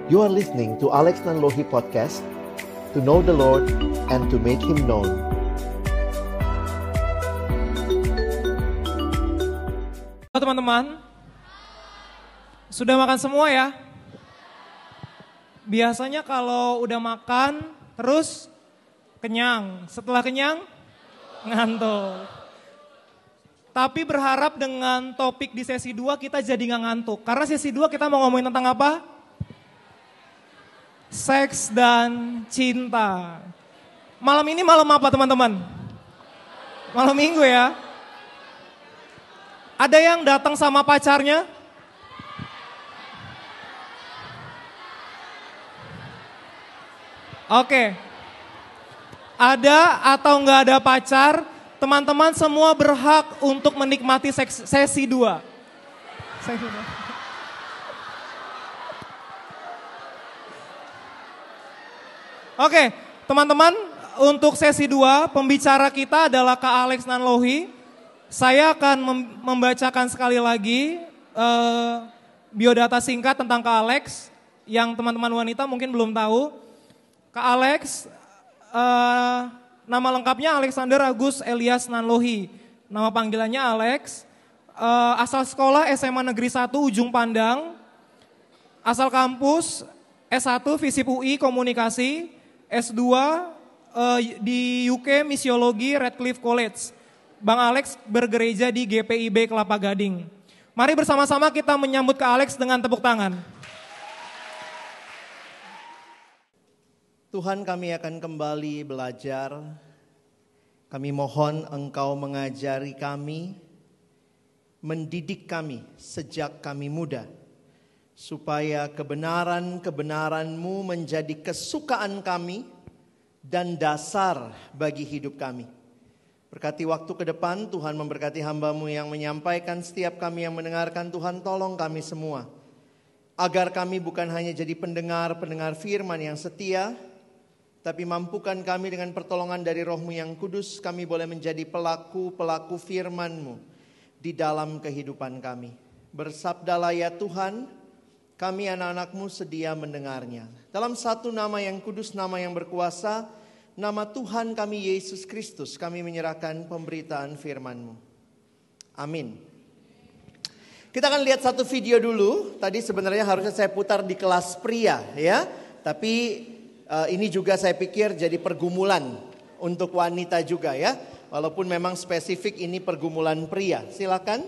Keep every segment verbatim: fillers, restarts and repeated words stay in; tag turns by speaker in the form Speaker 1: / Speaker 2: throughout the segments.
Speaker 1: You are listening to Alex Nanlohi Podcast, to know the Lord and to make Him known.
Speaker 2: Halo teman-teman, sudah makan semua ya? Biasanya kalau udah makan, terus kenyang. Setelah kenyang, ngantuk. Tapi berharap dengan topik di sesi dua kita jadi gak ngantuk. Karena sesi dua kita mau ngomongin tentang apa? Seks dan cinta. Malam ini malam apa teman-teman? Malam minggu ya? Ada yang datang sama pacarnya? Oke. Ada atau nggak ada pacar, teman-teman semua berhak untuk menikmati seks, sesi dua. Sesi dua. Oke, teman-teman, untuk sesi dua pembicara kita adalah Kak Alex Nanlohi. Saya akan mem- membacakan sekali lagi uh, biodata singkat tentang Kak Alex yang teman-teman wanita mungkin belum tahu. Kak Alex, uh, nama lengkapnya Alexander Agus Elias Nanlohi. Nama panggilannya Alex. Uh, asal sekolah S M A Negeri satu Ujung Pandang. Asal kampus S satu Visip U I Komunikasi. S dua uh, di U K Misiologi Radcliffe College. Bang Alex bergereja di G P I B Kelapa Gading. Mari bersama-sama kita menyambut Kak Alex dengan tepuk tangan.
Speaker 1: Tuhan, kami akan kembali belajar. Kami mohon Engkau mengajari kami, mendidik kami sejak kami muda, supaya kebenaran-kebenaran-Mu menjadi kesukaan kami dan dasar bagi hidup kami. Berkati waktu ke depan, Tuhan memberkati hamba-Mu yang menyampaikan, setiap kami yang mendengarkan. Tuhan, tolong kami semua, agar kami bukan hanya jadi pendengar-pendengar firman yang setia, tapi mampukan kami dengan pertolongan dari Roh-Mu yang kudus, kami boleh menjadi pelaku-pelaku firman-Mu di dalam kehidupan kami. Bersabdalah ya Tuhan, kami anak-anak-Mu sedia mendengarnya. Dalam satu nama yang kudus, nama yang berkuasa, nama Tuhan kami Yesus Kristus, kami menyerahkan pemberitaan firman-Mu. Amin. Kita akan lihat satu video dulu. Tadi sebenarnya harusnya saya putar di kelas pria ya, tapi Uh, ini juga saya pikir jadi pergumulan untuk wanita juga ya. Walaupun memang spesifik ini pergumulan pria. Silakan.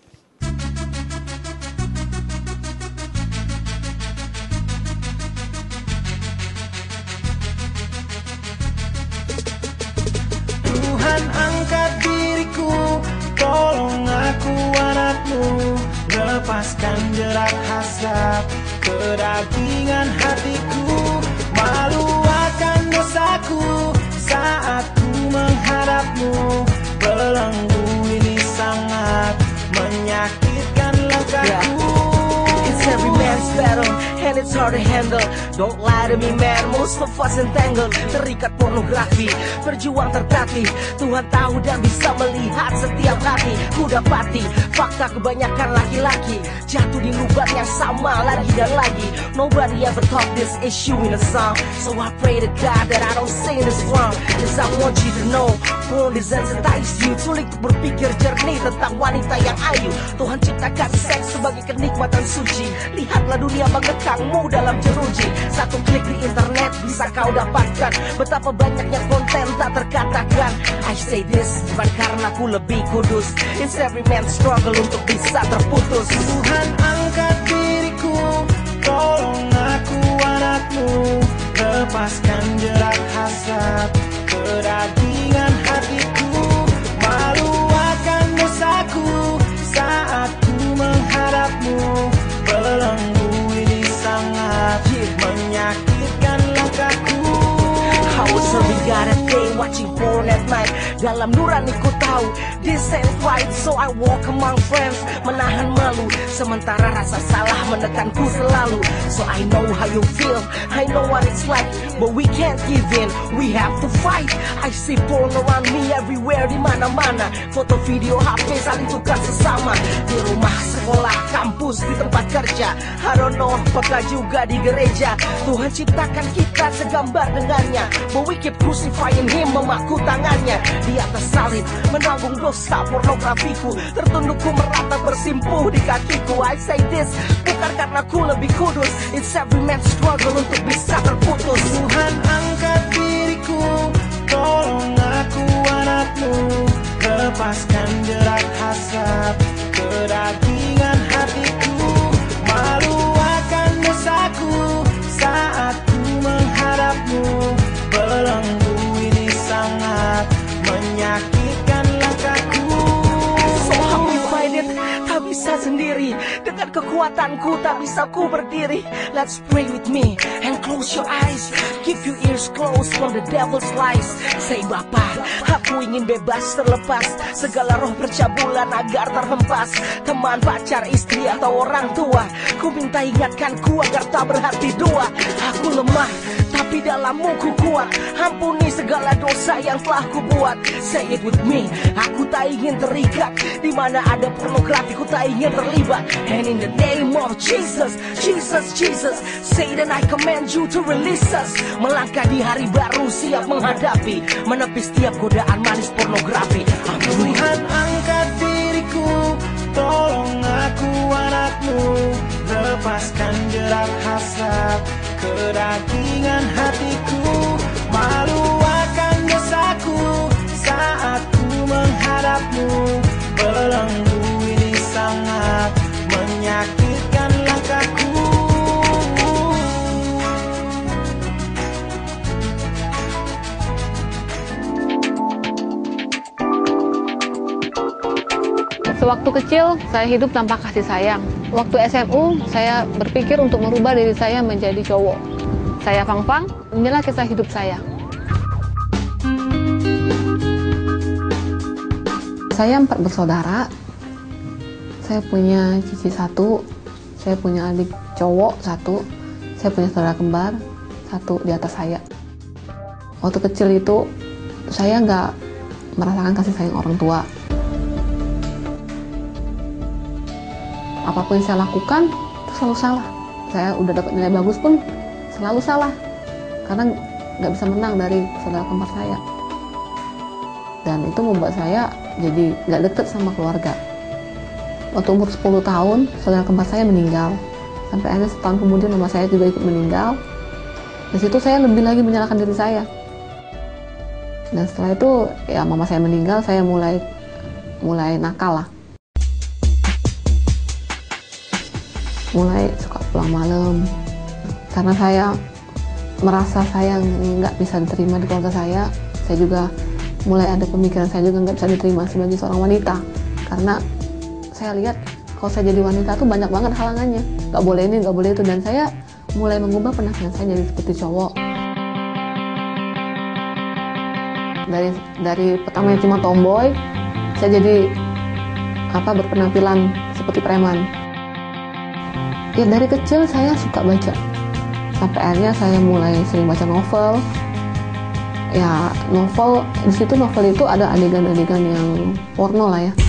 Speaker 3: Tuhan angkat diriku, tolong aku anakmu, lepaskan jerat hasrat kedagingan hatiku. Malu akan dosaku saat ku menghadapmu. Belenggu ini sangat menyakitkan langkahku.
Speaker 4: It's every man's battle and it's hard to handle. Don't lie to me man, most of us entangled. Terikat pornografi, berjuang tertatih. Tuhan tahu dan bisa melihat setiap hati. Ku dapati fakta kebanyakan laki-laki jatuh di lubang yang sama lagi dan lagi. Nobody ever taught this issue in a song, so I pray to God that I don't say this wrong. Cause I want you to know, porn desensitize you. Sulit berpikir jernih tentang wanita yang ayu. Tuhan ciptakan seks sebagai kenikmatan suci. Lihatlah dunia mengekangmu dalam jeruji. Satu klik di internet bisa kau dapatkan betapa banyaknya konten tak terkatakan. I say this bukan karena ku lebih kudus. It's every man's struggle untuk bisa terputus.
Speaker 3: Tuhan angkat diriku, tolong aku anakmu, lepaskan jerat hasrat kedagingan hatiku. Malu akan dosaku saat ku menghadapmu. Belenggu ini sangat menyakitkan langkahku.
Speaker 4: I was serving God at day, watching porn at night. Dalam nurani ku tahu this ain't right, so I walk among friends, menahan malu. Sementara rasa salah menekanku selalu. So I know how you feel, I know what it's like, but we can't give in, we have to fight. I see porn around me everywhere, di mana-mana. Foto video H P saling tukar sesama. Di rumah, sekolah, kampus, bagus di tempat kerja. I don't know, apakah juga di gereja. Tuhan ciptakan kita segambar dengannya, but we keep crucifying him, memaku tangannya di atas salib, menanggung dosa pornografiku. Tertundukku merata bersimpuh di kakiku. I say this bukan karena ku lebih kudus, it's every man's struggle untuk bisa terputus.
Speaker 3: Tuhan angkat diriku, tolong aku anakmu, lepaskan jerat hasrat kedagingan hatiku. Malu akan dosaku saat ku menghadapmu, belenggu ini sangat menyakitkan langkahku.
Speaker 4: So how you find it? Tak bisa sendiri, dengan kekuatanku tak bisa ku berdiri. Let's pray with me and close your eyes. Keep your ears closed from the devil's lies. Say Bapa, aku ingin bebas terlepas segala roh percabulan agar terhempas. Teman, pacar, istri atau orang tua, ku minta ingatkan ku agar tak berhati dua. Aku lemah tapi dalammu ku kuat, ampuni segala dosa yang telah ku buat. Say it with me, aku tak ingin terikat di mana ada pornografi, ku tak ingin terlibat. And in the name of Jesus, Jesus, Jesus, Satan, I command you to release us. Melangkah di hari baru, siap menghadapi, menepis setiap godaan manis pornografi. Amin.
Speaker 3: Tuhan angkat diriku, tolong aku anakmu, lepaskan jerat hasrat kedagingan hatiku. Malu akan dosaku saat ku menghadapmu, belenggu ini sangat menyakitkan langkahku.
Speaker 5: Sewaktu kecil, saya hidup tanpa kasih sayang. Waktu S M U, saya berpikir untuk merubah diri saya menjadi cowok. Saya Fang-Fang, inilah kisah hidup saya. Saya empat bersaudara. Saya punya cici satu, saya punya adik cowok satu, saya punya saudara kembar satu di atas saya. Waktu kecil itu, saya nggak merasakan kasih sayang orang tua. Apapun yang saya lakukan, itu selalu salah. Saya udah dapat nilai bagus pun, selalu salah. Karena nggak bisa menang dari saudara kembar saya. Dan itu membuat saya jadi nggak deket sama keluarga. Waktu umur sepuluh tahun, saudara kembar saya meninggal. Sampai akhirnya setahun kemudian mama saya juga ikut meninggal. Di situ saya lebih lagi menyalahkan diri saya. Dan setelah itu, ya mama saya meninggal, saya mulai mulai nakal lah. Mulai suka pulang malam karena saya merasa saya nggak bisa diterima di keluarga saya. Saya juga mulai ada pemikiran saya juga nggak bisa diterima sebagai seorang wanita, karena saya lihat kalau saya jadi wanita tuh banyak banget halangannya, nggak boleh ini, nggak boleh itu, dan saya mulai mengubah penampilan saya jadi seperti cowok. Dari dari pertamanya cuma tomboy, saya jadi apa berpenampilan seperti preman. Ya dari kecil saya suka baca, sampai akhirnya saya mulai sering baca novel. Ya novel, di situ novel itu ada adegan-adegan yang porno lah ya.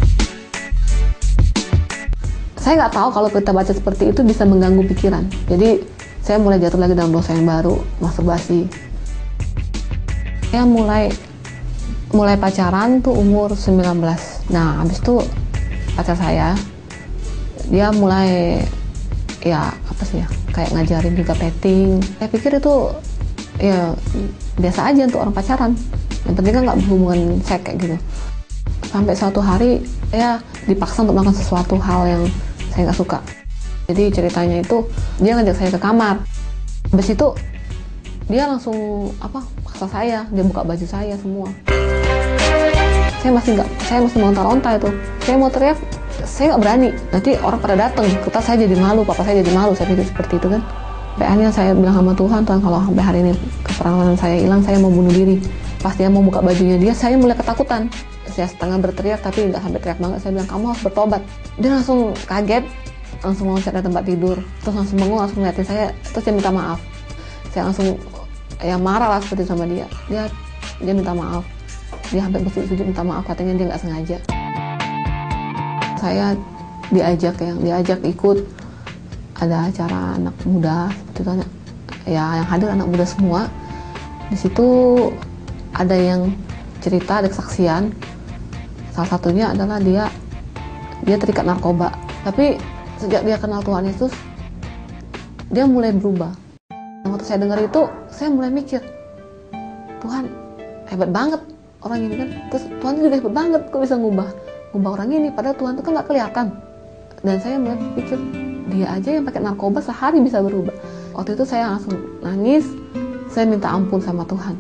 Speaker 5: Saya nggak tahu kalau kita baca seperti itu bisa mengganggu pikiran. Jadi saya mulai jatuh lagi dalam dosa yang baru, masturbasi. Saya mulai mulai pacaran tuh umur sembilan belas. Nah habis itu pacar saya, dia mulai ya apa sih ya, kayak ngajarin juga petting. Saya pikir itu ya biasa aja untuk orang pacaran, yang penting kan nggak berhubungan seks kayak gitu. Sampai suatu hari ya dipaksa untuk melakukan sesuatu hal yang saya nggak suka. Jadi ceritanya itu dia ngajak saya ke kamar. Habis itu dia langsung apa paksa saya, dia buka baju saya semua. Saya masih nggak, saya masih meronta-ronta itu. Saya mau teriak, saya nggak berani. Nanti orang pada datang, kita saya jadi malu, papa saya jadi malu. Saya pikir seperti itu kan. Sampai akhirnya saya bilang sama Tuhan, Tuhan kalau sampai hari ini keperawanan saya hilang, saya mau bunuh diri. Pas dia mau buka bajunya dia, saya mulai ketakutan. Saya setengah berteriak tapi nggak sampai teriak banget. Saya bilang kamu harus bertobat. Dia langsung kaget, langsung loncat dari tempat tidur, terus langsung bangun, langsung ngeliatin saya, terus dia minta maaf. Saya langsung ya marah lah seperti sama dia. Dia dia minta maaf. Dia hampir bersujud minta maaf, katanya dia nggak sengaja. Saya diajak yang diajak ikut ada acara anak muda seperti itu, ya yang hadir anak muda semua. Di situ ada yang cerita, ada kesaksian. Salah satunya adalah dia dia terikat narkoba, tapi sejak dia kenal Tuhan Yesus dia mulai berubah. Waktu saya dengar itu saya mulai mikir, Tuhan hebat banget orang ini kan, terus Tuhan juga hebat banget kok bisa ngubah ngubah orang ini, padahal Tuhan itu kan nggak kelihatan. Dan saya mulai pikir, dia aja yang pakai narkoba sehari bisa berubah. Waktu itu saya langsung nangis, saya minta ampun sama Tuhan.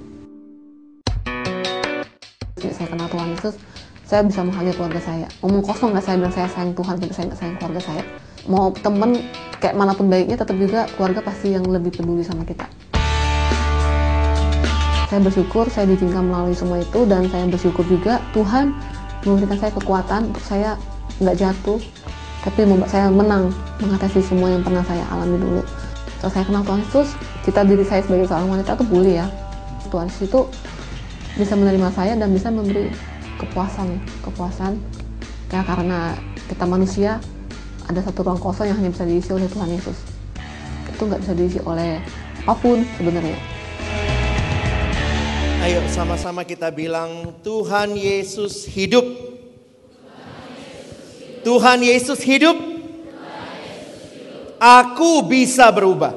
Speaker 5: Saya kenal Tuhan Yesus, saya bisa menghargai keluarga saya. Ngomong kosong nggak saya bilang saya sayang Tuhan, tapi saya nggak sayang keluarga saya. Mau temen kayak manapun baiknya, tetap juga keluarga pasti yang lebih peduli sama kita. Saya bersyukur saya diizinkan melalui semua itu, dan saya bersyukur juga Tuhan memberikan saya kekuatan untuk saya nggak jatuh, tapi membuat saya menang mengatasi semua yang pernah saya alami dulu. Setelah saya kenal Tuhan Yesus, cita diri saya sebagai seorang wanita itu pulih ya. Tuhan Yesus itu bisa menerima saya dan bisa memberi kepuasan, kepuasan. Ya, karena kita manusia, ada satu ruang kosong yang hanya bisa diisi oleh Tuhan Yesus. Itu nggak bisa diisi oleh apapun sebenarnya.
Speaker 1: Ayo sama-sama kita bilang, Tuhan Yesus hidup. Tuhan Yesus hidup. Aku bisa berubah.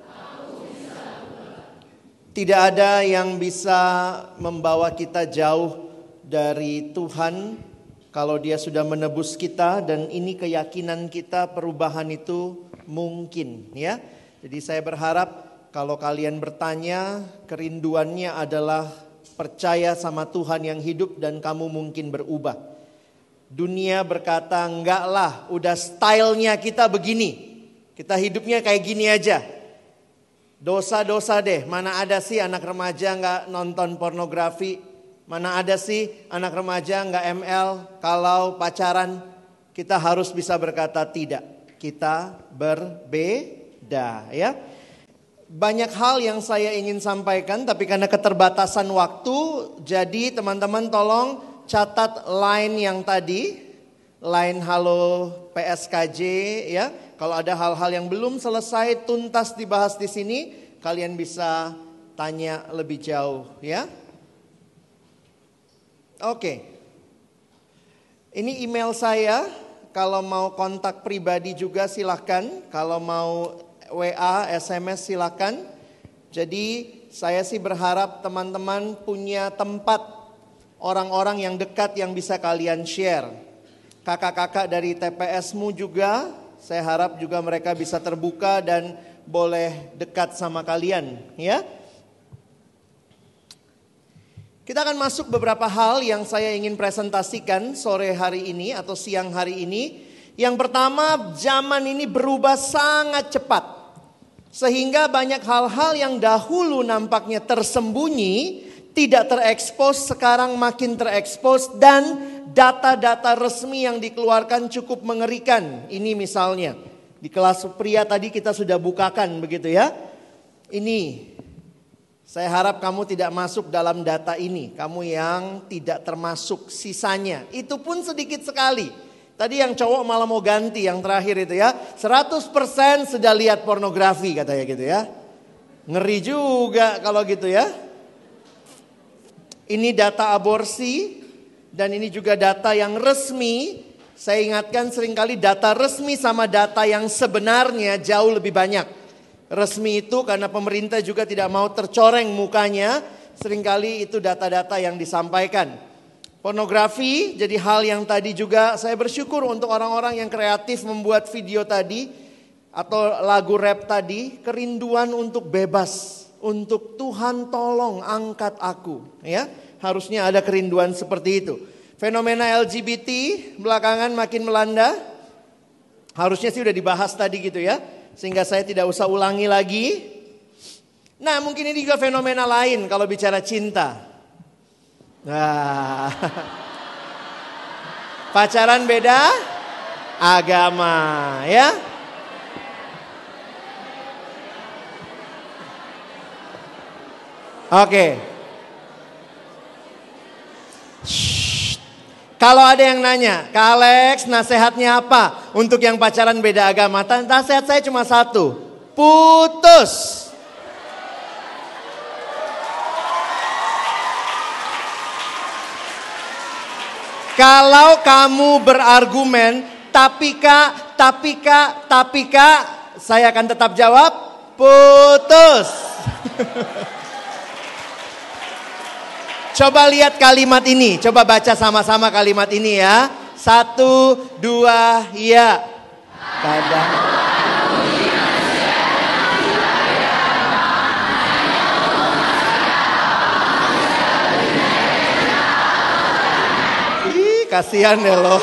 Speaker 1: Tidak ada yang bisa membawa kita jauh dari Tuhan kalau Dia sudah menebus kita, dan ini keyakinan kita, perubahan itu mungkin ya. Jadi saya berharap kalau kalian bertanya, kerinduannya adalah percaya sama Tuhan yang hidup dan kamu mungkin berubah. Dunia berkata, enggak lah, udah stylenya kita begini. Kita hidupnya kayak gini aja. Dosa-dosa deh, mana ada sih anak remaja enggak nonton pornografi? Mana ada sih anak remaja enggak M L kalau pacaran? Kita harus bisa berkata tidak. Kita berbeda ya. Banyak hal yang saya ingin sampaikan, tapi karena keterbatasan waktu, jadi teman-teman tolong catat line yang tadi, line halo P S K J ya. Kalau ada hal-hal yang belum selesai tuntas dibahas di sini, kalian bisa tanya lebih jauh ya. Oke. Ini email saya, kalau mau kontak pribadi juga silahkan, kalau mau W A, S M S silakan. Jadi saya sih berharap teman-teman punya tempat orang-orang yang dekat yang bisa kalian share. Kakak-kakak dari T P S-mu juga, saya harap juga mereka bisa terbuka dan boleh dekat sama kalian ya. Kita akan masuk beberapa hal yang saya ingin presentasikan sore hari ini atau siang hari ini. Yang pertama, zaman ini berubah sangat cepat. Sehingga banyak hal-hal yang dahulu nampaknya tersembunyi, tidak terekspos, sekarang makin terekspos, dan data-data resmi yang dikeluarkan cukup mengerikan. Ini misalnya, di kelas pria tadi kita sudah bukakan begitu ya. Ini, saya harap kamu tidak masuk dalam data ini, kamu yang tidak termasuk sisanya. Itu pun sedikit sekali. Tadi yang cowok malah mau ganti yang terakhir itu ya. seratus persen sudah lihat pornografi katanya gitu ya. Ngeri juga kalau gitu ya. Ini data aborsi dan ini juga data yang resmi. Saya ingatkan seringkali data resmi sama data yang sebenarnya jauh lebih banyak. Resmi itu karena pemerintah juga tidak mau tercoreng mukanya. Seringkali itu data-data yang disampaikan. Pornografi jadi hal yang tadi juga saya bersyukur untuk orang-orang yang kreatif membuat video tadi atau lagu rap tadi, kerinduan untuk bebas, untuk Tuhan tolong angkat aku ya. Harusnya ada kerinduan seperti itu. Fenomena L G B T belakangan makin melanda. Harusnya sih udah dibahas tadi gitu ya, sehingga saya tidak usah ulangi lagi. Nah, mungkin ini juga fenomena lain kalau bicara cinta. Nah, pacaran beda agama ya. Oke. Shh. Kalau ada yang nanya, Kak Alex nasihatnya apa untuk yang pacaran beda agama? Nasihat saya cuma satu, putus. Kalau kamu berargumen, tapi kak, tapi kak, tapi kak, saya akan tetap jawab, putus. Coba lihat kalimat ini, coba baca sama-sama kalimat ini ya. Satu, dua, ya. Kadang. Ih, kasihan deh lo.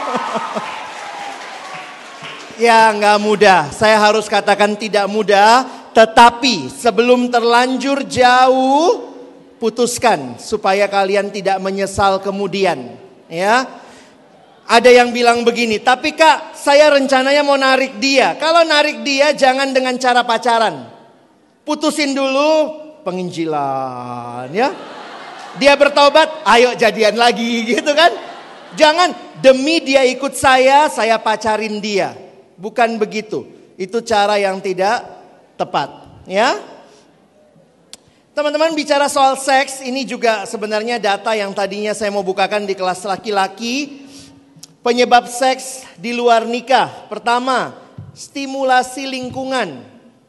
Speaker 1: Ya nggak mudah, saya harus katakan tidak mudah. Tetapi sebelum terlanjur jauh, putuskan supaya kalian tidak menyesal kemudian, ya. Ada yang bilang begini, tapi kak, saya rencananya mau narik dia. Kalau narik dia jangan dengan cara pacaran. Putusin dulu penginjilan, ya. Dia bertobat, ayo jadian lagi, gitu kan. Jangan demi dia ikut saya, saya pacarin dia. Bukan begitu. Itu cara yang tidak tepat, ya. Teman-teman, bicara soal seks, ini juga sebenarnya data yang tadinya saya mau bukakan di kelas laki-laki. Penyebab seks di luar nikah. Pertama, stimulasi lingkungan.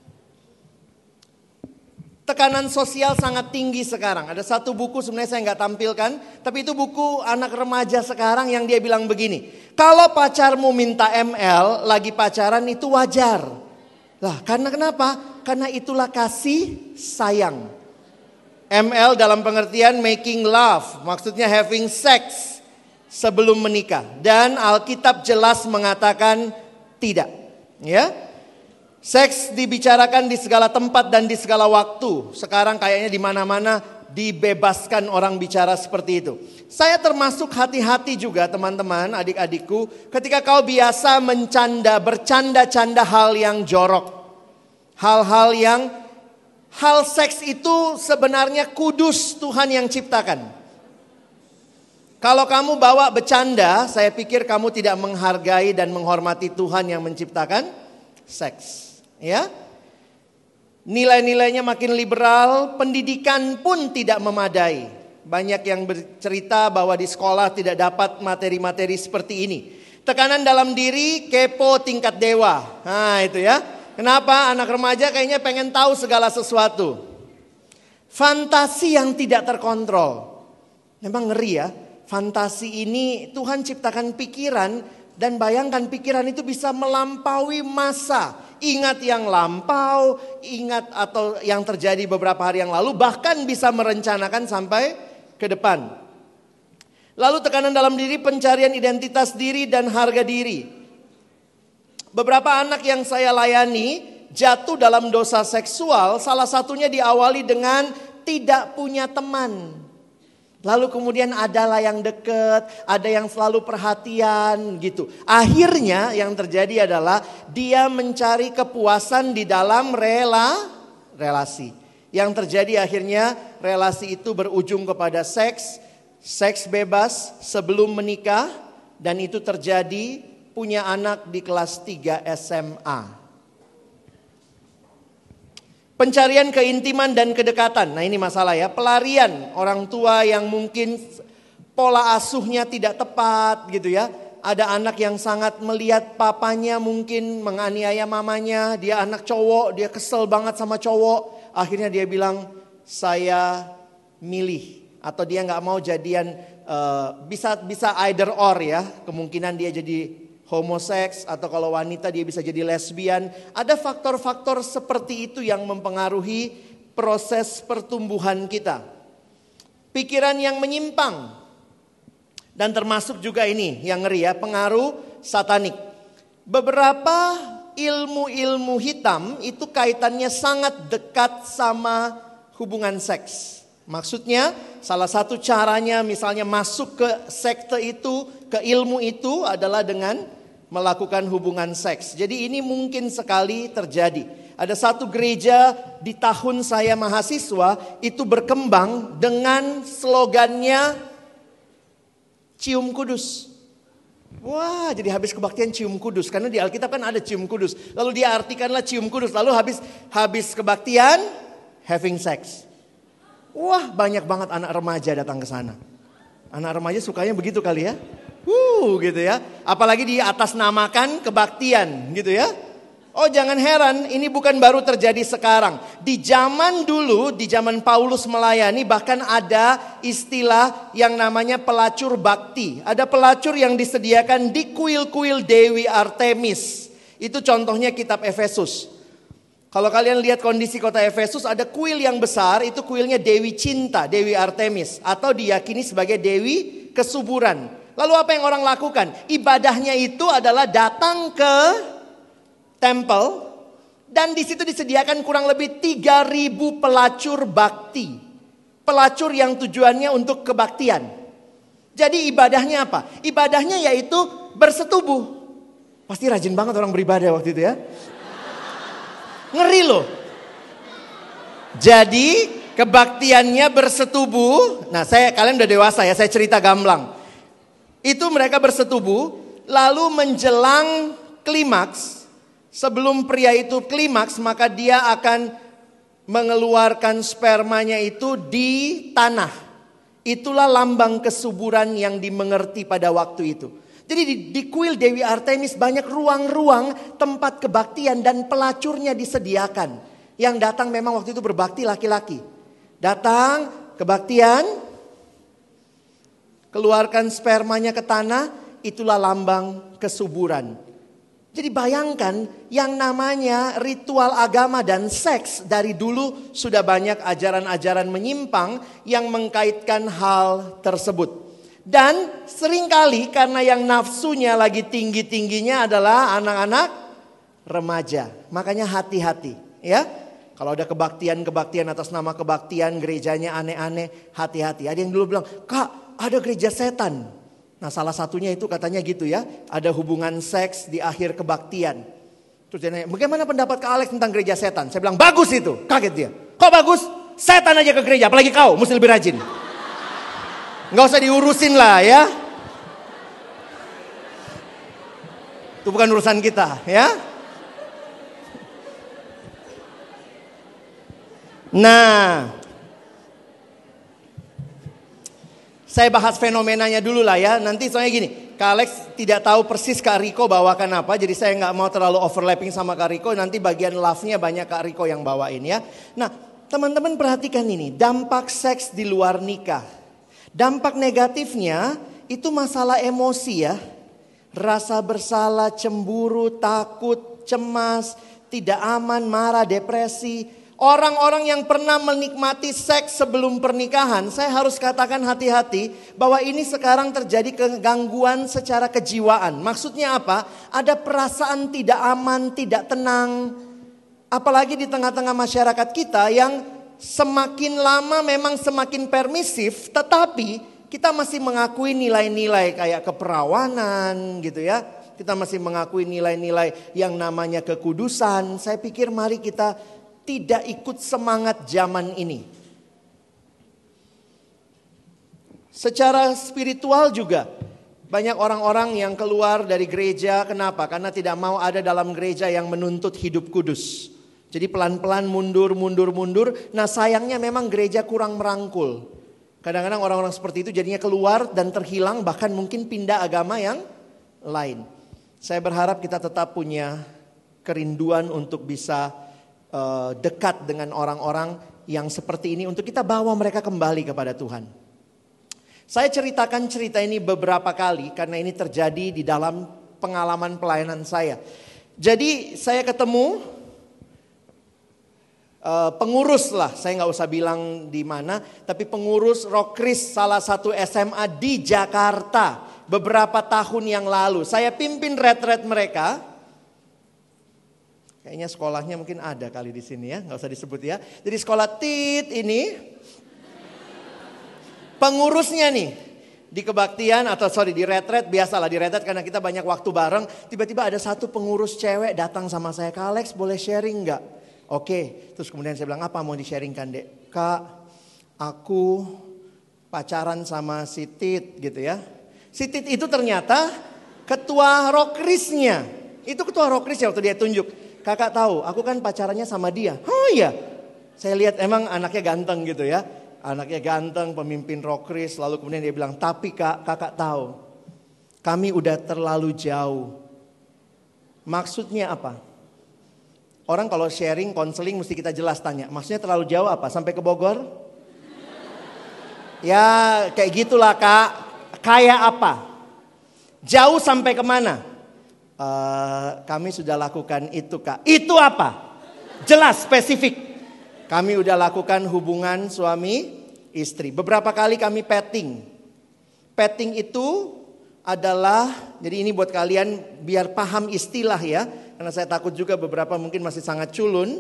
Speaker 1: Tekanan sosial sangat tinggi sekarang. Ada satu buku sebenarnya saya nggak tampilkan, tapi itu buku anak remaja sekarang yang dia bilang begini. Kalau pacarmu minta M L lagi pacaran itu wajar. Lah, karena kenapa? Karena itulah kasih sayang. M L dalam pengertian making love, maksudnya having sex sebelum menikah. Dan Alkitab jelas mengatakan tidak, ya. Seks dibicarakan di segala tempat dan di segala waktu. Sekarang kayaknya di mana-mana dibebaskan orang bicara seperti itu. Saya termasuk hati-hati juga teman-teman, adik-adikku, ketika kau biasa mencanda, bercanda-canda hal yang jorok. Hal-hal yang Hal seks itu sebenarnya kudus Tuhan yang ciptakan. Kalau kamu bawa bercanda, saya pikir kamu tidak menghargai dan menghormati Tuhan yang menciptakan seks. Ya, nilai-nilainya makin liberal, pendidikan pun tidak memadai. Banyak yang bercerita bahwa di sekolah tidak dapat materi-materi seperti ini. Tekanan dalam diri, kepo tingkat dewa. Nah itu ya. Kenapa anak remaja kayaknya pengen tahu segala sesuatu. Fantasi yang tidak terkontrol. Memang ngeri ya. Fantasi ini Tuhan ciptakan pikiran. Dan bayangkan pikiran itu bisa melampaui masa. Ingat yang lampau. Ingat atau yang terjadi beberapa hari yang lalu. Bahkan bisa merencanakan sampai ke depan. Lalu tekanan dalam diri, pencarian identitas diri dan harga diri. Beberapa anak yang saya layani jatuh dalam dosa seksual, salah satunya diawali dengan tidak punya teman. Lalu kemudian adalah yang dekat, ada yang selalu perhatian gitu. Akhirnya yang terjadi adalah dia mencari kepuasan di dalam rela, relasi. Yang terjadi akhirnya relasi itu berujung kepada seks, seks bebas sebelum menikah. Dan itu terjadi punya anak di kelas tiga S M A. Pencarian keintiman dan kedekatan. Nah ini masalah ya. Pelarian orang tua yang mungkin pola asuhnya tidak tepat gitu ya. Ada anak yang sangat melihat papanya mungkin menganiaya mamanya. Dia anak cowok, dia kesel banget sama cowok. Akhirnya dia bilang, saya milih. Atau dia gak mau jadian, uh, bisa bisa either or ya. Kemungkinan dia jadi homoseks atau kalau wanita dia bisa jadi lesbian. Ada faktor-faktor seperti itu yang mempengaruhi proses pertumbuhan kita. Pikiran yang menyimpang. Dan termasuk juga ini yang ngeri ya, pengaruh satanik. Beberapa ilmu-ilmu hitam itu kaitannya sangat dekat sama hubungan seks. Maksudnya salah satu caranya misalnya masuk ke sekte itu, ke ilmu itu adalah dengan melakukan hubungan seks. Jadi ini mungkin sekali terjadi. Ada satu gereja di tahun saya mahasiswa itu berkembang dengan slogannya cium kudus. Wah, jadi habis kebaktian cium kudus. Karena di Alkitab kan ada cium kudus. Lalu dia artikanlah cium kudus. Lalu habis habis kebaktian, having sex. Wah, banyak banget anak remaja datang ke sana. Anak remaja sukanya begitu kali ya. Wuh, gitu ya. Apalagi di atas namakan kebaktian, gitu ya. Oh, jangan heran, ini bukan baru terjadi sekarang. Di zaman dulu, di zaman Paulus melayani, bahkan ada istilah yang namanya pelacur bakti. Ada pelacur yang disediakan di kuil-kuil Dewi Artemis. Itu contohnya kitab Efesus. Kalau kalian lihat kondisi kota Efesus, ada kuil yang besar, itu kuilnya Dewi Cinta, Dewi Artemis. Atau diyakini sebagai Dewi Kesuburan. Lalu apa yang orang lakukan? Ibadahnya itu adalah datang ke tempel, dan di situ disediakan kurang lebih tiga ribu pelacur bakti. Pelacur yang tujuannya untuk kebaktian. Jadi ibadahnya apa? Ibadahnya yaitu bersetubuh. Pasti rajin banget orang beribadah waktu itu ya. Ngeri loh. Jadi kebaktiannya bersetubuh. Nah, saya kalian udah dewasa ya, saya cerita gamblang. Itu mereka bersetubuh, lalu menjelang klimaks. Sebelum pria itu klimaks, maka dia akan mengeluarkan spermanya itu di tanah. Itulah lambang kesuburan yang dimengerti pada waktu itu. Jadi di, di kuil Dewi Artemis banyak ruang-ruang tempat kebaktian dan pelacurnya disediakan. Yang datang memang waktu itu berbakti laki-laki. Datang kebaktian, keluarkan spermanya ke tanah, itulah lambang kesuburan. Jadi bayangkan yang namanya ritual agama dan seks dari dulu sudah banyak ajaran-ajaran menyimpang yang mengkaitkan hal tersebut. Dan seringkali karena yang nafsunya lagi tinggi-tingginya adalah anak-anak remaja. Makanya hati-hati ya. Kalau ada kebaktian-kebaktian atas nama kebaktian, gerejanya aneh-aneh, hati-hati. Ada yang dulu bilang, "Kak, ada gereja setan." Nah, salah satunya itu katanya gitu ya, ada hubungan seks di akhir kebaktian. Terus dia nanya, bagaimana pendapat Kak Alex tentang gereja setan? Saya bilang, bagus itu. Kaget dia. Kok bagus? Setan aja ke gereja, apalagi kau, mesti lebih rajin. Nggak usah diurusin lah ya. Itu bukan urusan kita ya. Nah, saya bahas fenomenanya dulu lah ya. Nanti soalnya gini, Kak Alex tidak tahu persis Kak Riko bawakan apa. Jadi saya nggak mau terlalu overlapping sama Kak Riko. Nanti bagian love-nya banyak Kak Riko yang bawain ya. Nah, teman-teman perhatikan ini. Dampak seks di luar nikah. Dampak negatifnya itu masalah emosi ya. Rasa bersalah, cemburu, takut, cemas, tidak aman, marah, depresi. Orang-orang yang pernah menikmati seks sebelum pernikahan, saya harus katakan hati-hati bahwa ini sekarang terjadi kegangguan secara kejiwaan. Maksudnya apa? Ada perasaan tidak aman, tidak tenang. Apalagi di tengah-tengah masyarakat kita yang semakin lama memang semakin permisif, tetapi kita masih mengakui nilai-nilai kayak keperawanan gitu ya. Kita masih mengakui nilai-nilai yang namanya kekudusan. Saya pikir mari kita tidak ikut semangat zaman ini. Secara spiritual juga banyak orang-orang yang keluar dari gereja. Kenapa? Karena tidak mau ada dalam gereja yang menuntut hidup kudus. Jadi pelan-pelan mundur, mundur, mundur. Nah sayangnya memang gereja kurang merangkul. Kadang-kadang orang-orang seperti itu jadinya keluar dan terhilang, bahkan mungkin pindah agama yang lain. Saya berharap kita tetap punya kerinduan untuk bisa Uh, dekat dengan orang-orang yang seperti ini untuk kita bawa mereka kembali kepada Tuhan. Saya ceritakan cerita ini beberapa kali karena ini terjadi di dalam pengalaman pelayanan saya. Jadi saya ketemu uh, pengurus lah, saya nggak usah bilang di mana, tapi pengurus Rokris salah satu S M A di Jakarta beberapa tahun yang lalu. Saya pimpin retret mereka. Kayaknya sekolahnya mungkin ada kali di sini ya, nggak usah disebut ya. Jadi sekolah Tit ini pengurusnya nih di kebaktian atau sorry di retret, biasalah di retret karena kita banyak waktu bareng. Tiba-tiba ada satu pengurus cewek datang sama saya, Kak Alex boleh sharing nggak? Oke, terus kemudian saya bilang apa mau di-sharingkan dek? Kak, aku pacaran sama si Tit gitu ya. Si Tit itu ternyata ketua rokrisnya. Itu ketua rokrisnya waktu dia tunjuk. Kakak tahu, aku kan pacarannya sama dia. Oh iya, saya lihat emang anaknya ganteng gitu ya. Anaknya ganteng, pemimpin rokris. Lalu kemudian dia bilang, tapi kak, kakak tahu, kami udah terlalu jauh. Maksudnya apa? Orang kalau sharing, konseling mesti kita jelas tanya. Maksudnya terlalu jauh apa? Sampai ke Bogor? Ya kayak gitulah kak. Kayak apa? Jauh sampai kemana? Uh, kami sudah lakukan itu kak. Itu apa? Jelas, spesifik. Kami udah lakukan hubungan suami istri. Beberapa kali kami petting. Petting itu adalah, jadi ini buat kalian biar paham istilah ya. Karena saya takut juga beberapa mungkin masih sangat culun.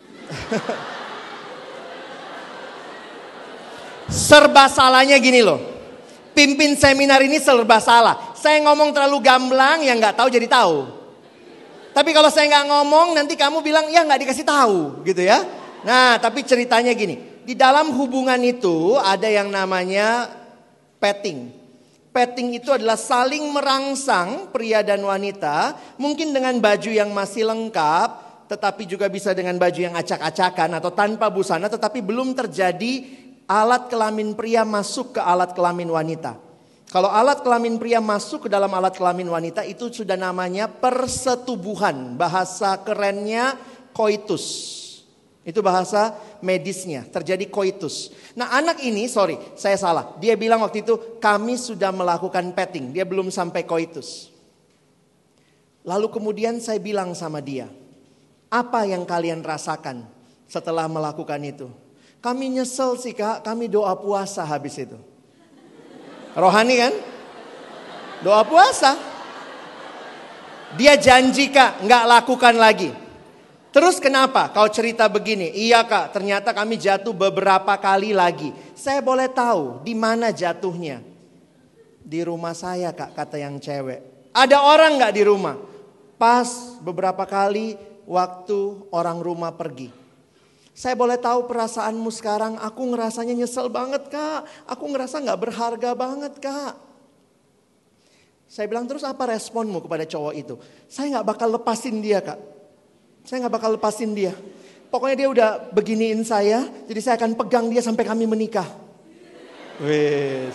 Speaker 1: Serba salahnya gini loh. Pimpin seminar ini serba salah. Saya ngomong terlalu gamblang, yang nggak tahu jadi tahu. Tapi kalau saya nggak ngomong, nanti kamu bilang ya nggak dikasih tahu, gitu ya. Nah, tapi ceritanya gini. Di dalam hubungan itu ada yang namanya petting. Petting itu adalah saling merangsang pria dan wanita. Mungkin dengan baju yang masih lengkap, tetapi juga bisa dengan baju yang acak-acakan atau tanpa busana. Tetapi belum terjadi alat kelamin pria masuk ke alat kelamin wanita. Kalau alat kelamin pria masuk ke dalam alat kelamin wanita, itu sudah namanya persetubuhan. Bahasa kerennya koitus. Itu bahasa medisnya, terjadi koitus. Nah anak ini, sorry saya salah. Dia bilang waktu itu kami sudah melakukan petting. Dia belum sampai koitus. Lalu kemudian saya bilang sama dia, apa yang kalian rasakan setelah melakukan itu? Kami nyesel sih kak, kami doa puasa habis itu. Rohani kan? Doa puasa. Dia janji kak, gak lakukan lagi. Terus kenapa kau cerita begini? Iya kak, ternyata kami jatuh beberapa kali lagi. Saya boleh tahu di mana jatuhnya? Di rumah saya kak, kata yang cewek. Ada orang gak di rumah? Pas beberapa kali waktu orang rumah pergi. Saya boleh tahu perasaanmu sekarang, aku ngerasanya nyesel banget kak. Aku ngerasa gak berharga banget kak. Saya bilang terus apa responmu kepada cowok itu? Saya gak bakal lepasin dia kak. Saya gak bakal lepasin dia. Pokoknya dia udah beginiin saya, jadi saya akan pegang dia sampai kami menikah. Wes.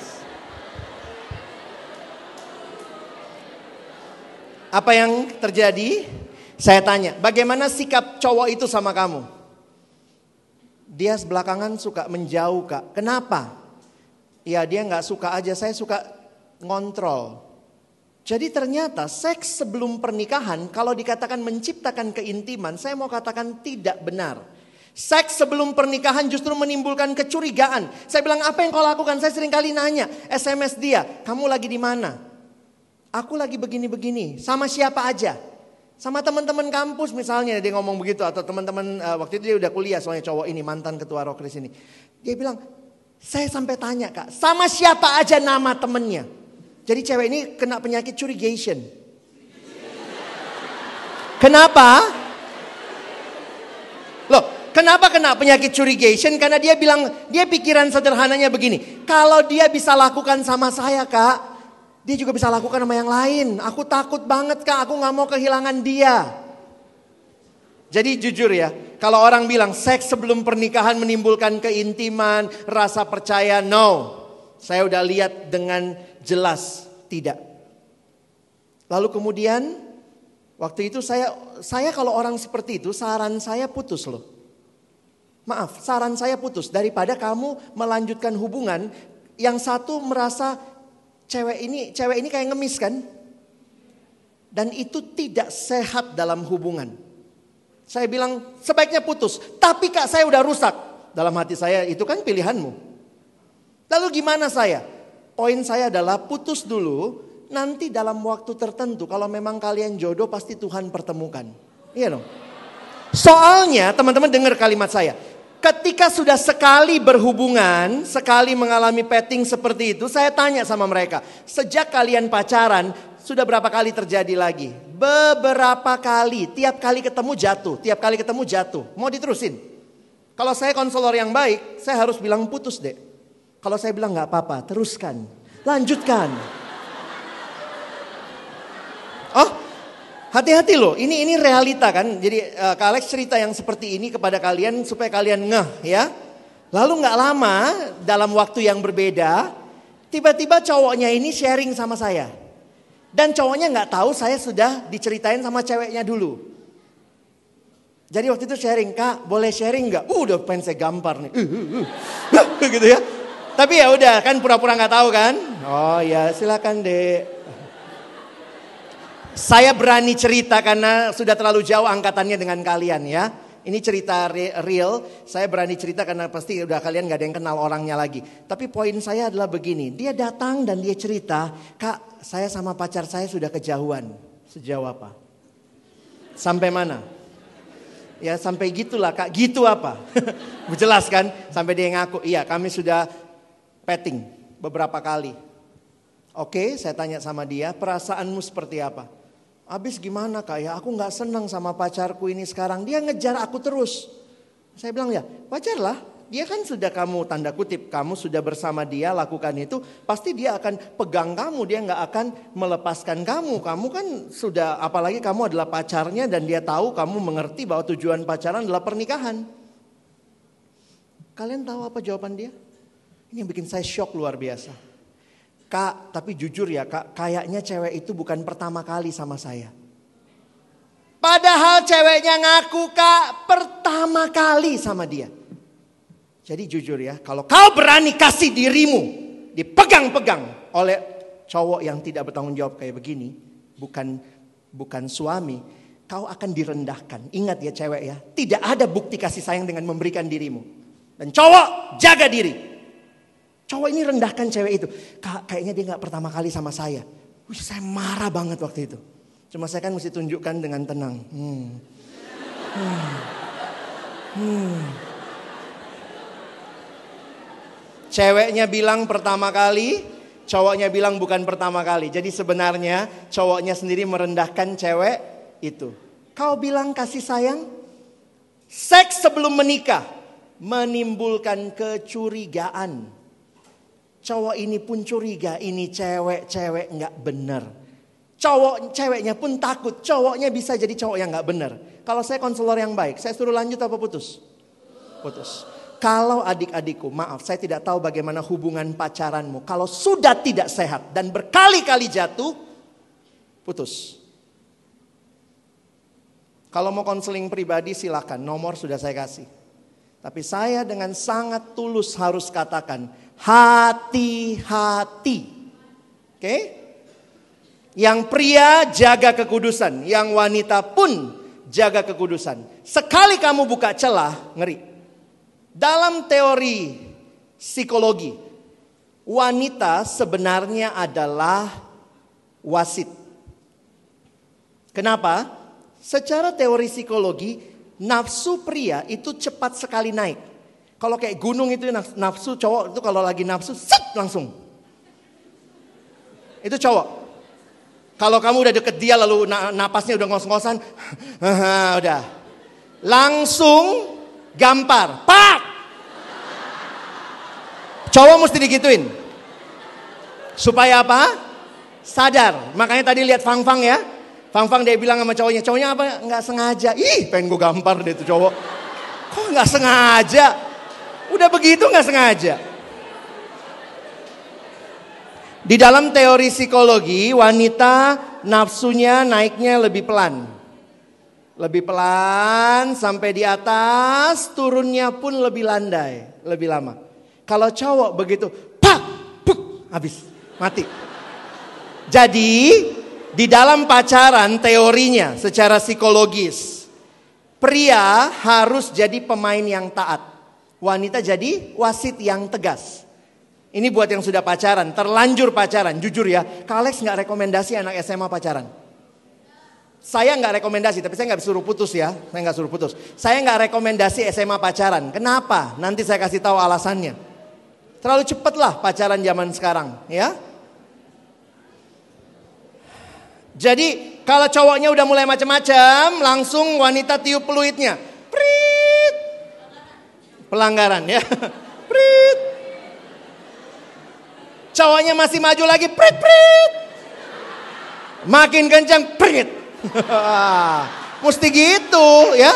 Speaker 1: Apa yang terjadi? Saya tanya, bagaimana sikap cowok itu sama kamu? Dia belakangan suka menjauh kak. Kenapa? Ya dia gak suka aja, saya suka ngontrol. Jadi ternyata seks sebelum pernikahan kalau dikatakan menciptakan keintiman, saya mau katakan tidak benar. Seks sebelum pernikahan justru menimbulkan kecurigaan. Saya bilang apa yang kau lakukan? Saya sering kali nanya, S M S dia, kamu lagi di mana? Aku lagi begini-begini, sama siapa aja? Sama teman-teman kampus misalnya dia ngomong begitu. Atau teman-teman uh, waktu itu dia udah kuliah soalnya cowok ini mantan ketua rokris ini. Dia bilang saya sampai tanya kak sama siapa aja nama temennya. Jadi cewek ini kena penyakit curigation. Kenapa? Loh kenapa kena penyakit curigation? Karena dia bilang dia pikiran sederhananya begini. Kalau dia bisa lakukan sama saya kak, dia juga bisa lakukan sama yang lain. Aku takut banget kak, aku gak mau kehilangan dia. Jadi jujur ya, kalau orang bilang seks sebelum pernikahan menimbulkan keintiman, rasa percaya, no. Saya udah lihat dengan jelas, tidak. Lalu kemudian, waktu itu saya, saya kalau orang seperti itu, saran saya putus loh. Maaf, saran saya putus. Daripada kamu melanjutkan hubungan, yang satu merasa Cewek ini, cewek ini kayak ngemis kan? Dan itu tidak sehat dalam hubungan. Saya bilang sebaiknya putus. Tapi kak saya udah rusak. Dalam hati saya itu kan pilihanmu. Lalu gimana saya? Poin saya adalah putus dulu. Nanti dalam waktu tertentu kalau memang kalian jodoh pasti Tuhan pertemukan. Iya dong. Soalnya teman-teman dengar kalimat saya. Ketika sudah sekali berhubungan, sekali mengalami petting seperti itu, saya tanya sama mereka, sejak kalian pacaran, sudah berapa kali terjadi lagi? Beberapa kali, tiap kali ketemu jatuh, tiap kali ketemu jatuh. Mau diterusin? Kalau saya konselor yang baik, saya harus bilang putus deh. Kalau saya bilang gak apa-apa, teruskan, lanjutkan. Oh, hati-hati loh. Ini ini realita kan. Jadi uh, Kak Alex cerita yang seperti ini kepada kalian supaya kalian ngeh ya. Lalu nggak lama dalam waktu yang berbeda, tiba-tiba cowoknya ini sharing sama saya. Dan cowoknya nggak tahu saya sudah diceritain sama ceweknya dulu. Jadi waktu itu sharing, Kak boleh sharing nggak? Uh, udah pengen saya gampar nih. Uh, uh, uh. gitu ya. Tapi ya udah kan pura-pura nggak tahu kan. Oh ya silakan deh. Saya berani cerita karena sudah terlalu jauh angkatannya dengan kalian ya. Ini cerita real, saya berani cerita karena pasti udah kalian gak ada yang kenal orangnya lagi. Tapi poin saya adalah begini, dia datang dan dia cerita, Kak saya sama pacar saya sudah kejauhan. Sejauh apa? Sampai mana? Ya sampai gitulah Kak, gitu apa? Jelas kan? Sampai dia ngaku, iya kami sudah petting beberapa kali. Oke, saya tanya sama dia, perasaanmu seperti apa? Habis gimana Kak ya, aku gak senang sama pacarku ini sekarang, dia ngejar aku terus. Saya bilang ya, wajarlah, dia kan sudah kamu tanda kutip, kamu sudah bersama dia lakukan itu, pasti dia akan pegang kamu, dia gak akan melepaskan kamu. Kamu kan sudah, apalagi kamu adalah pacarnya dan dia tahu kamu mengerti bahwa tujuan pacaran adalah pernikahan. Kalian tahu apa jawaban dia? Ini yang bikin saya shock luar biasa. Kak, tapi jujur ya Kak, kayaknya cewek itu bukan pertama kali sama saya. Padahal ceweknya ngaku Kak, pertama kali sama dia. Jadi jujur ya, kalau kau berani kasih dirimu dipegang-pegang oleh cowok yang tidak bertanggung jawab kayak begini, bukan bukan suami, kau akan direndahkan. Ingat ya cewek ya, tidak ada bukti kasih sayang dengan memberikan dirimu. Dan cowok jaga diri. Cowok ini rendahkan cewek itu. Kak, kayaknya dia gak pertama kali sama saya. Wih, saya marah banget waktu itu. Cuma saya kan mesti tunjukkan dengan tenang. Hmm. Hmm. Hmm. Ceweknya bilang pertama kali, cowoknya bilang bukan pertama kali. Jadi sebenarnya cowoknya sendiri merendahkan cewek itu. Kau bilang kasih sayang? Seks sebelum menikah menimbulkan kecurigaan. Cowok ini pun curiga, ini cewek-cewek gak bener. Cowok, ceweknya pun takut, cowoknya bisa jadi cowok yang gak bener. Kalau saya konselor yang baik, saya suruh lanjut apa putus? Putus. Kalau adik-adikku, maaf saya tidak tahu bagaimana hubungan pacaranmu. Kalau sudah tidak sehat dan berkali-kali jatuh, putus. Kalau mau konseling pribadi silakan, nomor sudah saya kasih. Tapi saya dengan sangat tulus harus katakan, hati-hati. Oke? Yang pria jaga kekudusan, yang wanita pun jaga kekudusan. Sekali kamu buka celah, ngeri. Dalam teori psikologi, wanita sebenarnya adalah wasit. Kenapa? Secara teori psikologi, nafsu pria itu cepat sekali naik. Kalau kayak gunung itu nafsu, cowok itu kalau lagi nafsu, set langsung. Itu cowok. Kalau kamu udah deket dia lalu napasnya udah ngos-ngosan, udah. Langsung gampar, pak. Cowok mesti digituin. Supaya apa? Sadar. Makanya tadi lihat Fang Fang ya. Fang Fang dia bilang sama cowoknya, cowoknya apa? Nggak sengaja. Ih, pengen gue gampar deh tuh cowok. Kok nggak sengaja? Udah begitu nggak sengaja. Di dalam teori psikologi, wanita nafsunya naiknya lebih pelan. Lebih pelan sampai di atas, turunnya pun lebih landai, lebih lama. Kalau cowok begitu, pak, puk, habis, mati. Jadi di dalam pacaran teorinya secara psikologis, pria harus jadi pemain yang taat. Wanita jadi wasit yang tegas. Ini buat yang sudah pacaran, terlanjur pacaran. Jujur ya, Kak Alex gak rekomendasi anak S M A pacaran. Saya gak rekomendasi, tapi saya gak suruh putus ya. Saya gak suruh putus. Saya gak rekomendasi S M A pacaran. Kenapa? Nanti saya kasih tahu alasannya. Terlalu cepat lah pacaran zaman sekarang ya. Jadi kalau cowoknya udah mulai macam-macam, langsung wanita tiup peluitnya. Prit. Pelanggaran ya. Prit. Cowoknya masih maju lagi. Prit prit. Makin kencang, prit. Mesti gitu ya.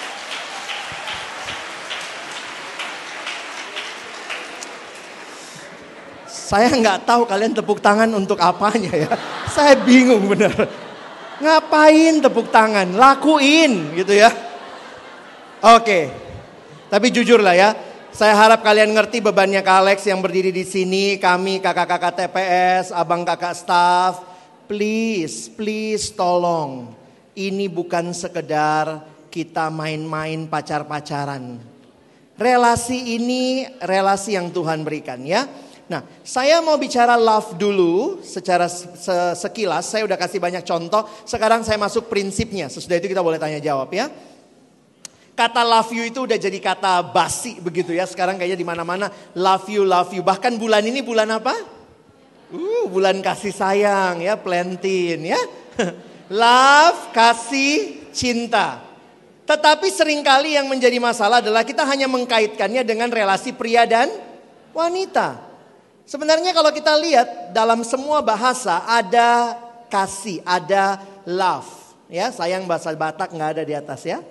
Speaker 1: Saya nggak tahu kalian tepuk tangan untuk apanya ya. Saya bingung bener. Ngapain tepuk tangan? Lakuin gitu ya. Oke. Tapi jujur lah ya. Saya harap kalian ngerti bebannya Kak Alex yang berdiri di sini. Kami kakak-kakak T P S, abang kakak staff. Please, please tolong. Ini bukan sekedar kita main-main pacar-pacaran. Relasi ini relasi yang Tuhan berikan ya. Nah, saya mau bicara love dulu secara sekilas. Saya udah kasih banyak contoh. Sekarang saya masuk prinsipnya. Sesudah itu kita boleh tanya jawab ya. Kata love you itu udah jadi kata basi begitu ya. Sekarang kayaknya di mana-mana love you, love you. Bahkan bulan ini bulan apa? Uh, bulan kasih sayang ya, Plantin ya. Love, kasih, cinta. Tetapi seringkali yang menjadi masalah adalah kita hanya mengkaitkannya dengan relasi pria dan wanita. Sebenarnya kalau kita lihat dalam semua bahasa ada kasih, ada love. Ya, sayang bahasa Batak nggak ada di atas ya.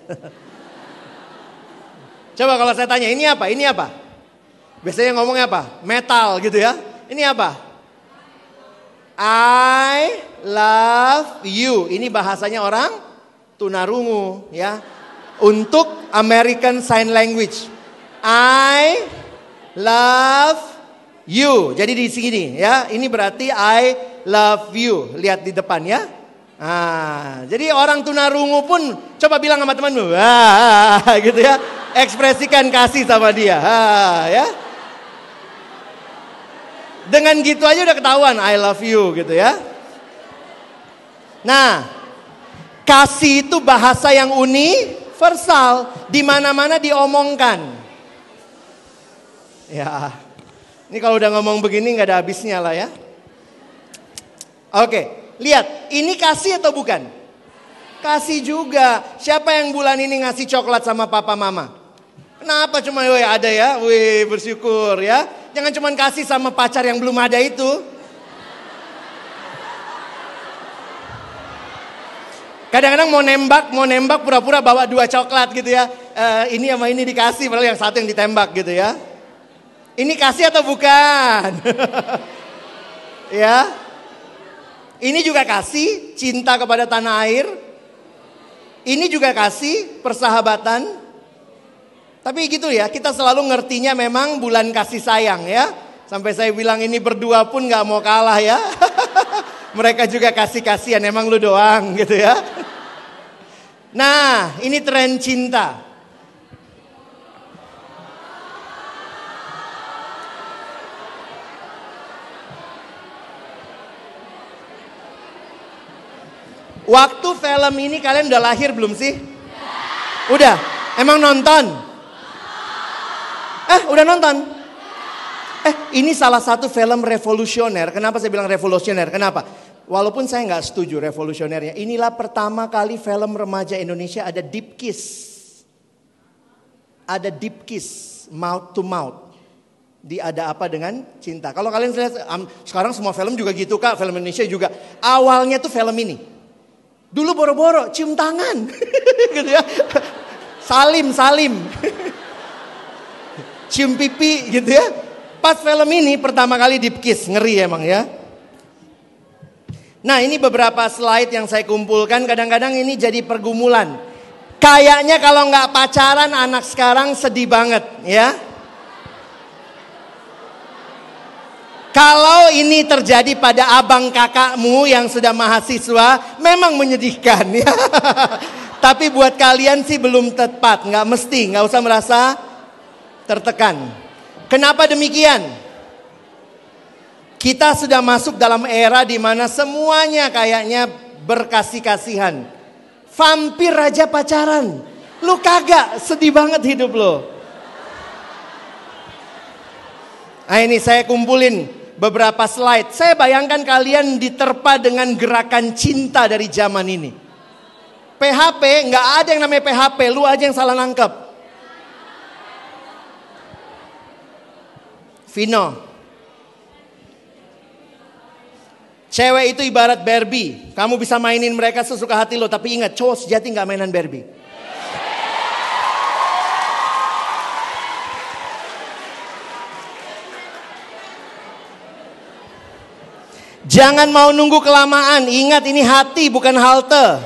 Speaker 1: Coba kalau saya tanya, ini apa? Ini apa? Biasanya ngomongnya apa? Metal gitu ya. Ini apa? I love you. Ini bahasanya orang tunarungu ya. Untuk American Sign Language. I love you. Jadi di sini ya. Ini berarti I love you. Lihat di depan ya. Nah, jadi orang tunarungu pun coba bilang sama temanmu, wah, gitu ya. Ekspresikan kasih sama dia. Ha, ya. Dengan gitu aja udah ketahuan I love you gitu ya. Nah, kasih itu bahasa yang universal, di mana-mana diomongkan. Ya. Ini kalau udah ngomong begini nggak ada habisnya lah ya. Oke, lihat, ini kasih atau bukan? Kasih juga. Siapa yang bulan ini ngasih coklat sama papa mama? Kenapa cuma woi ada ya? Wih, bersyukur ya. Jangan cuma kasih sama pacar yang belum ada itu. Kadang-kadang mau nembak, mau nembak pura-pura bawa dua coklat gitu ya. Uh, ini sama ini dikasih, padahal yang satu yang ditembak gitu ya. Ini kasih atau bukan? Ya. Ini juga kasih, cinta kepada tanah air. Ini juga kasih, persahabatan. Tapi gitu ya, kita selalu ngertinya memang bulan kasih sayang ya. Sampai saya bilang ini berdua pun gak mau kalah ya. Mereka juga kasih-kasihan, emang lu doang gitu ya. Nah, ini tren cinta. Waktu film ini kalian udah lahir belum sih? Udah? Emang nonton? Eh, udah nonton? Eh, ini salah satu film revolusioner. Kenapa saya bilang revolusioner? Kenapa? Walaupun saya nggak setuju revolusionernya. Inilah pertama kali film remaja Indonesia ada deep kiss. Ada deep kiss, mouth to mouth. Di Ada Apa Dengan Cinta. Kalau kalian lihat, sekarang semua film juga gitu kak. Film Indonesia juga. Awalnya tuh film ini. Dulu boro-boro, cium tangan. Gitu ya. Salim, salim. Cium pipi gitu ya. Pas film ini pertama kali deep kiss, ngeri emang ya. Nah, ini beberapa slide yang saya kumpulkan. Kadang-kadang ini jadi pergumulan. Kayaknya kalau nggak pacaran anak sekarang sedih banget ya. Kalau ini terjadi pada abang kakakmu yang sudah mahasiswa, memang menyedihkan ya. Tapi buat kalian sih belum tepat, nggak mesti, nggak usah merasa tertekan. Kenapa demikian? Kita sudah masuk dalam era di mana semuanya kayaknya berkasih-kasihan. Vampir aja pacaran. Lu kagak, sedih banget hidup lo. Nah, ini saya kumpulin beberapa slide. Saya bayangkan kalian diterpa dengan gerakan cinta dari zaman ini. P H P, nggak ada yang namanya P H P, lu aja yang salah nangkep. Vino. Cewek itu ibarat Barbie. Kamu bisa mainin mereka sesuka hati lo. Tapi ingat, cowok sejati gak mainan Barbie. Jangan mau nunggu kelamaan. Ingat, ini hati bukan halte.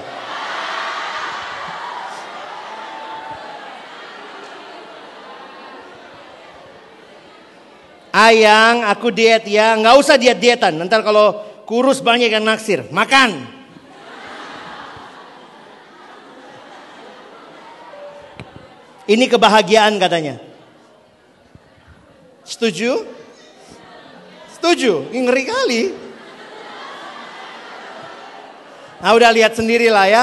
Speaker 1: Ayang, aku diet ya. Nggak usah diet-dietan. Nanti kalau kurus banyak yang naksir. Makan. Ini kebahagiaan katanya. Setuju? Setuju? Ini ngeri kali. Nah, udah lihat sendirilah ya.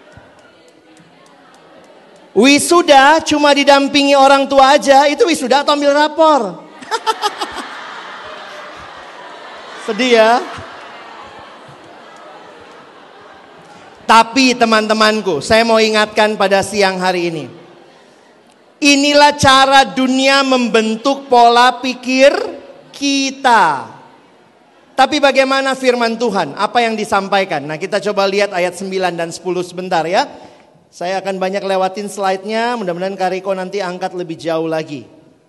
Speaker 1: Wisuda cuma didampingi orang tua aja. Itu wisuda atau ambil rapor? Sedih ya. Tapi teman-temanku, saya mau ingatkan pada siang hari ini. Inilah cara dunia membentuk pola pikir kita. Tapi bagaimana firman Tuhan? Apa yang disampaikan? Nah, kita coba lihat ayat sembilan dan sepuluh sebentar ya. Saya akan banyak lewatin slide-nya. Mudah-mudahan Kak Riko nanti angkat lebih jauh lagi.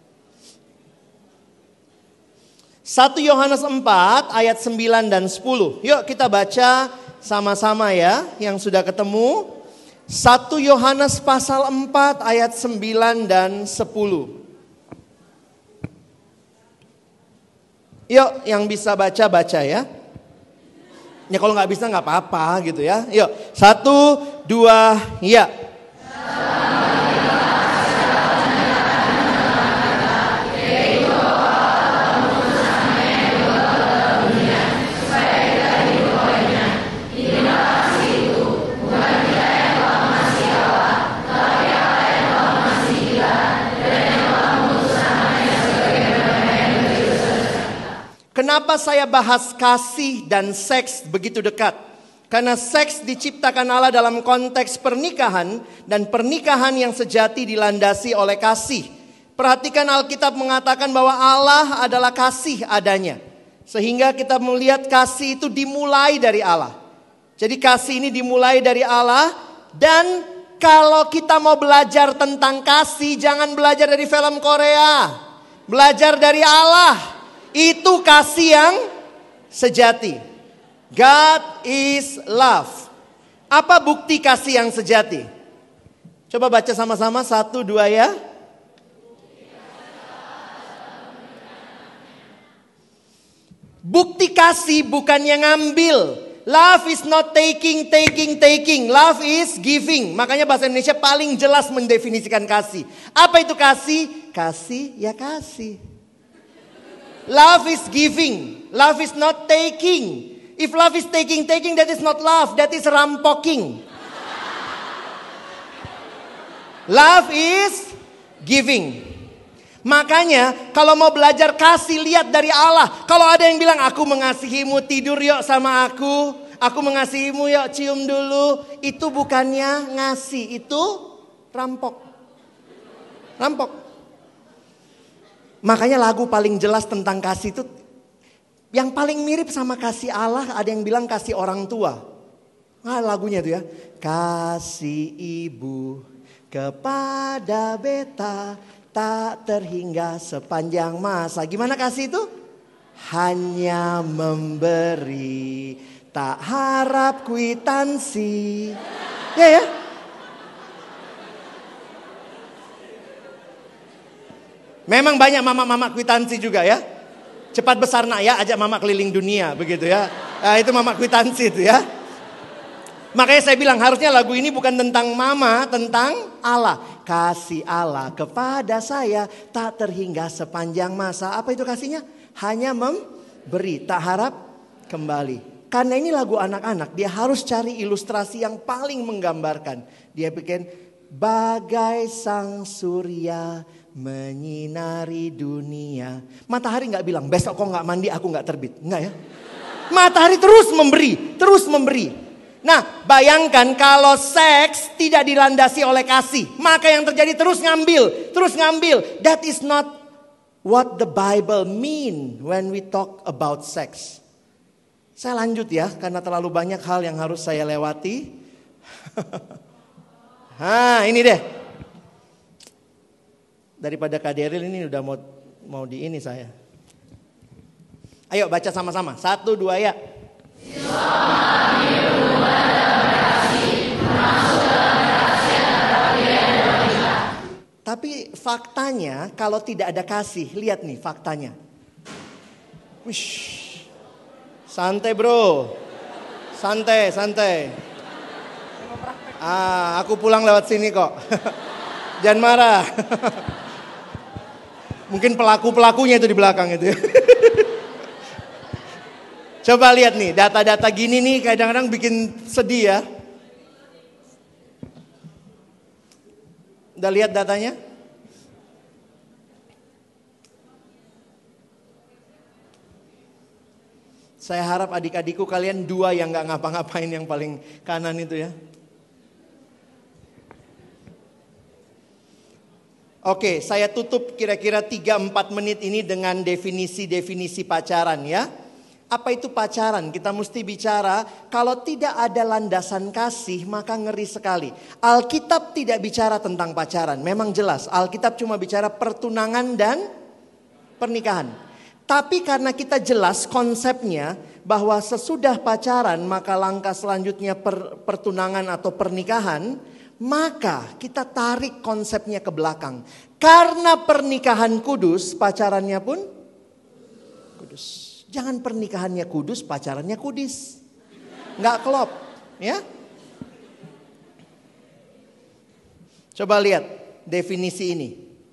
Speaker 1: satu Yohanes empat ayat sembilan dan sepuluh. Yuk kita baca sama-sama ya. Yang sudah ketemu. satu Yohanes pasal empat ayat sembilan dan sepuluh. Yuk, yang bisa baca, baca ya. Ya kalau nggak bisa nggak apa-apa gitu ya. Yuk, satu, dua, ya. Kenapa saya bahas kasih dan seks begitu dekat? Karena seks diciptakan Allah dalam konteks pernikahan. Dan pernikahan yang sejati dilandasi oleh kasih. Perhatikan Alkitab mengatakan bahwa Allah adalah kasih adanya. Sehingga kita melihat kasih itu dimulai dari Allah. Jadi kasih ini dimulai dari Allah. Dan kalau kita mau belajar tentang kasih, jangan belajar dari film Korea. Belajar dari Allah. Itu kasih yang sejati. God is love. Apa bukti kasih yang sejati? Coba baca sama-sama. Satu, dua ya. Bukti kasih bukan yang ngambil. Love is not taking, taking, taking. Love is giving. Makanya bahasa Indonesia paling jelas mendefinisikan kasih. Apa itu kasih? Kasih ya kasih. Love is giving. Love is not taking. If love is taking, taking, that is not love. That is rampoking. Love is giving. Makanya kalau mau belajar kasih, lihat dari Allah. Kalau ada yang bilang, aku mengasihimu, tidur yuk sama aku. Aku mengasihimu yuk, cium dulu. Itu bukannya ngasih, itu rampok. Rampok. Makanya lagu paling jelas tentang kasih itu, yang paling mirip sama kasih Allah, ada yang bilang kasih orang tua. Nah, lagunya itu ya. Kasih ibu kepada beta tak terhingga sepanjang masa. Gimana kasih itu? Hanya memberi, tak harap kwitansi. Ya ya. Memang banyak mama-mama kwitansi juga ya. Cepat besar nak ya, ajak mama keliling dunia begitu ya. Nah, itu mama kwitansi itu ya. Makanya saya bilang harusnya lagu ini bukan tentang mama, tentang Allah. Kasih Allah kepada saya tak terhingga sepanjang masa. Apa itu kasihnya? Hanya memberi, tak harap kembali. Karena ini lagu anak-anak, dia harus cari ilustrasi yang paling menggambarkan. Dia bikin bagai sang surya menyinari dunia. Matahari gak bilang, besok kok gak mandi aku gak terbit. Enggak ya. Matahari terus memberi, terus memberi. Nah, bayangkan kalau seks tidak dilandasi oleh kasih. Maka yang terjadi terus ngambil, terus ngambil. That is not what the Bible mean when we talk about sex. Saya lanjut ya, karena terlalu banyak hal yang harus saya lewati. Hah, ini deh. Daripada Kak Deril ini udah mau mau di ini saya. Ayo baca sama-sama. Satu, dua, ya. Tapi faktanya kalau tidak ada kasih, lihat nih faktanya. Wish. Santai bro, santai, santai. Ah, aku pulang lewat sini kok. Jangan marah. Mungkin pelaku-pelakunya itu di belakang itu. Coba lihat nih, data-data gini nih kadang-kadang bikin sedih ya. Udah lihat datanya? Saya harap adik-adikku kalian dua yang gak ngapa-ngapain yang paling kanan itu ya. Oke, saya tutup kira-kira tiga empat menit ini dengan definisi-definisi pacaran ya. Apa itu pacaran? Kita mesti bicara, kalau tidak ada landasan kasih maka ngeri sekali. Alkitab tidak bicara tentang pacaran, memang jelas. Alkitab cuma bicara pertunangan dan pernikahan. Tapi karena kita jelas konsepnya bahwa sesudah pacaran maka langkah selanjutnya per, pertunangan atau pernikahan, maka kita tarik konsepnya ke belakang. Karena pernikahan kudus, pacarannya pun kudus. Jangan pernikahannya kudus, pacarannya kudis. Nggak klop, ya. Coba lihat definisi ini.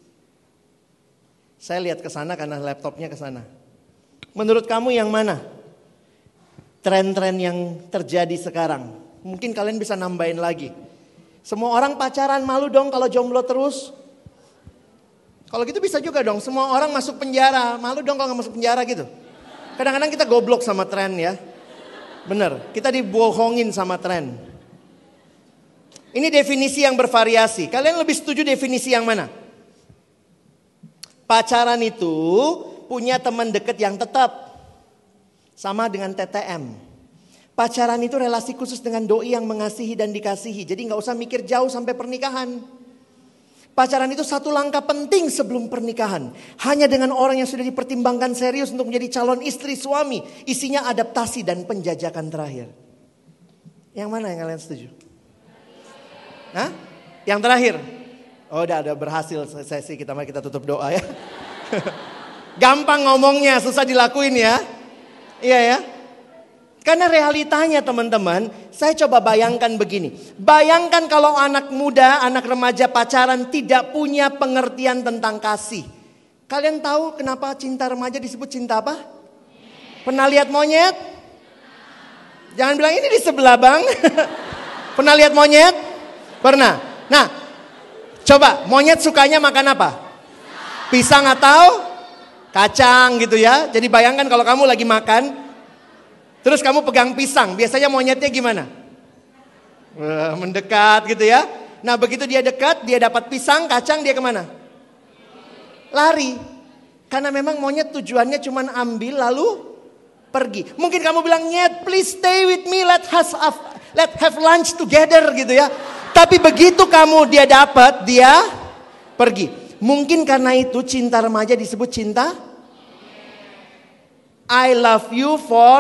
Speaker 1: Saya lihat ke sana karena laptopnya ke sana. Menurut kamu yang mana? Tren-tren yang terjadi sekarang. Mungkin kalian bisa nambahin lagi. Semua orang pacaran, malu dong kalau jomblo terus. Kalau gitu bisa juga dong. Semua orang masuk penjara, malu dong kalau nggak masuk penjara gitu. Kadang-kadang kita goblok sama tren ya. Bener, kita dibohongin sama tren. Ini definisi yang bervariasi. Kalian lebih setuju definisi yang mana? Pacaran itu punya teman dekat yang tetap. Sama dengan T T M. Pacaran itu relasi khusus dengan doi yang mengasihi dan dikasihi. Jadi gak usah mikir jauh sampai pernikahan. Pacaran itu satu langkah penting sebelum pernikahan. Hanya dengan orang yang sudah dipertimbangkan serius untuk menjadi calon istri suami. Isinya adaptasi dan penjajakan terakhir. Yang mana yang kalian setuju? Hah? Yang terakhir? Oh udah, udah berhasil sesi kita, mari kita tutup doa ya. Gampang ngomongnya, susah dilakuin ya. Iya ya. Karena realitanya teman-teman, saya coba bayangkan begini. Bayangkan kalau anak muda, anak remaja pacaran tidak punya pengertian tentang kasih. Kalian tahu kenapa cinta remaja disebut cinta apa? Pernah lihat monyet? Jangan bilang ini di sebelah bang. Pernah lihat monyet? Pernah. Nah, coba monyet sukanya makan apa? Pisang atau kacang gitu ya. Jadi bayangkan kalau kamu lagi makan, terus kamu pegang pisang, biasanya monyetnya gimana? Wah, mendekat gitu ya. Nah begitu dia dekat, dia dapat pisang, kacang, dia kemana? Lari. Karena memang monyet tujuannya cuma ambil lalu pergi. Mungkin kamu bilang, nyet please stay with me, let us have, let have lunch together gitu ya. Tapi begitu kamu dia dapat, dia pergi. Mungkin karena itu cinta remaja disebut cinta I love you for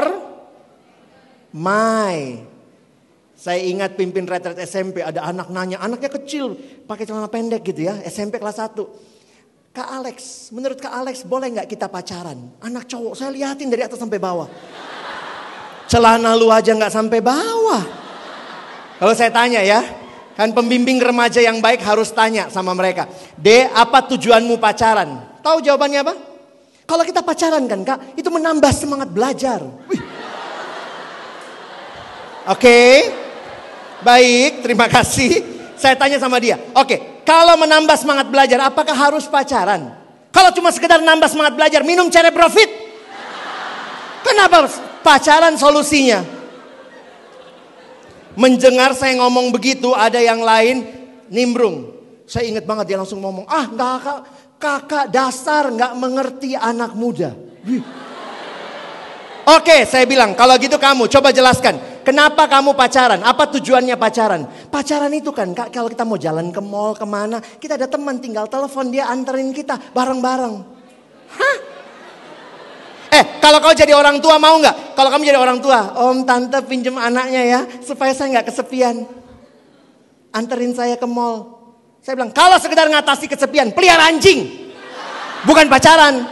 Speaker 1: my. Saya ingat pimpin retret S M P, ada anak nanya, anaknya kecil, pakai celana pendek gitu ya, S M P kelas satu. Kak Alex, menurut Kak Alex boleh gak kita pacaran? Anak cowok, saya liatin dari atas sampai bawah. Celana lu aja gak sampai bawah. Kalau saya tanya ya, kan pembimbing remaja yang baik harus tanya sama mereka. De, apa tujuanmu pacaran? Tahu jawabannya apa? Kalau kita pacaran kan Kak, itu menambah semangat belajar. Wih. Oke, okay. Baik, terima kasih. Saya tanya sama dia, oke, okay, kalau menambah semangat belajar, apakah harus pacaran? Kalau cuma sekedar nambah semangat belajar, minum Cerebrofit. Kenapa pacaran solusinya? Mendengar saya ngomong begitu, ada yang lain nimbrung. Saya ingat banget dia langsung ngomong, ah kakak, kakak dasar nggak mengerti anak muda. Wih. Oke, saya bilang, kalau gitu kamu coba jelaskan. Kenapa kamu pacaran? Apa tujuannya pacaran? Pacaran itu kan, Kak, kalau kita mau jalan ke mall, kemana, kita ada teman, tinggal telepon, dia anterin kita bareng-bareng. Hah? Eh, kalau kau jadi orang tua mau nggak? Kalau kamu jadi orang tua, om, tante pinjem anaknya ya, supaya saya nggak kesepian. Anterin saya ke mall. Saya bilang, kalau sekedar ngatasi kesepian, pelihara anjing. Bukan pacaran.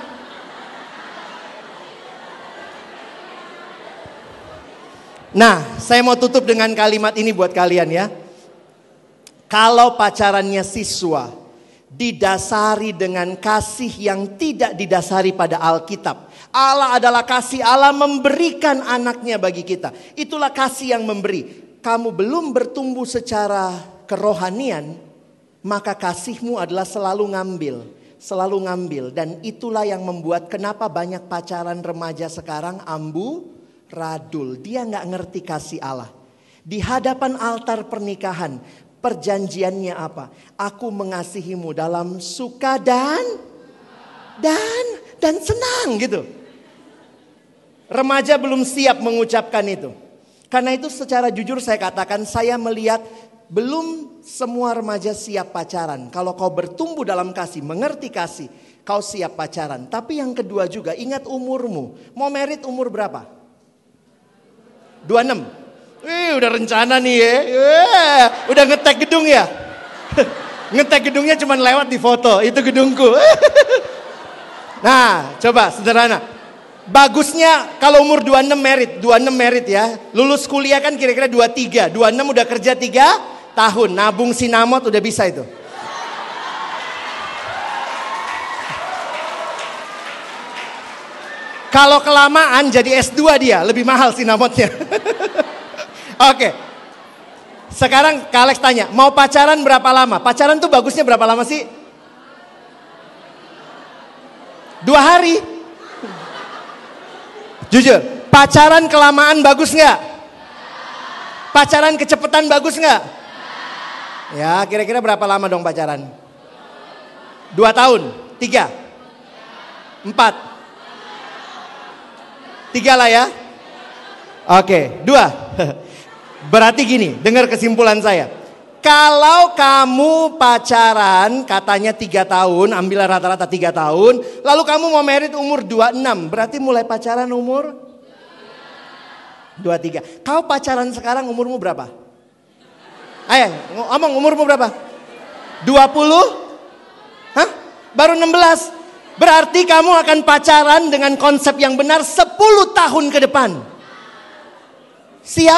Speaker 1: Nah, saya mau tutup dengan kalimat ini buat kalian ya. Kalau pacarannya siswa didasari dengan kasih yang tidak didasari pada Alkitab. Allah adalah kasih, Allah memberikan anaknya bagi kita. Itulah kasih yang memberi. Kamu belum bertumbuh secara kerohanian, maka kasihmu adalah selalu ngambil. Selalu ngambil. Dan itulah yang membuat kenapa banyak pacaran remaja sekarang ambu radul. Dia nggak ngerti kasih Allah. Di hadapan altar pernikahan, perjanjiannya apa? Aku mengasihimu dalam suka dan dan dan senang gitu. Remaja belum siap mengucapkan itu. Karena itu secara jujur saya katakan, saya melihat belum semua remaja siap pacaran. Kalau kau bertumbuh dalam kasih, mengerti kasih, kau siap pacaran. Tapi yang kedua juga, ingat umurmu. Mau merit umur berapa? dua puluh enam. Wih, udah rencana nih ya. Wih, udah ngetek gedung ya. Ngetek gedungnya cuma lewat di foto. Itu gedungku. Nah, coba sederhana. Bagusnya kalau umur dua puluh enam merit. dua puluh enam merit ya. Lulus kuliah kan kira-kira dua puluh tiga. dua puluh enam udah kerja tiga tahun. Nabung sinamot udah bisa itu. Kalau kelamaan jadi S dua dia, lebih mahal sinamotnya. Oke. Sekarang Kak Alex tanya, mau pacaran berapa lama? Pacaran tuh bagusnya berapa lama sih? Dua hari. Jujur, pacaran kelamaan bagus nggak? Pacaran kecepatan bagus nggak? Ya, kira-kira berapa lama dong pacaran? Dua tahun? Tiga? Empat? Tiga lah ya. Oke, dua. Berarti gini, dengar kesimpulan saya. Kalau kamu pacaran katanya tiga tahun, ambil rata-rata tiga tahun. Lalu kamu mau merit umur dua puluh enam. Berarti mulai pacaran umur? dua puluh tiga. Kau pacaran sekarang umurmu berapa? Ayo, ngomong umurmu berapa? dua puluh? Hah? Baru enam belas. Berarti kamu akan pacaran dengan konsep yang benar sepuluh tahun ke depan. Siap?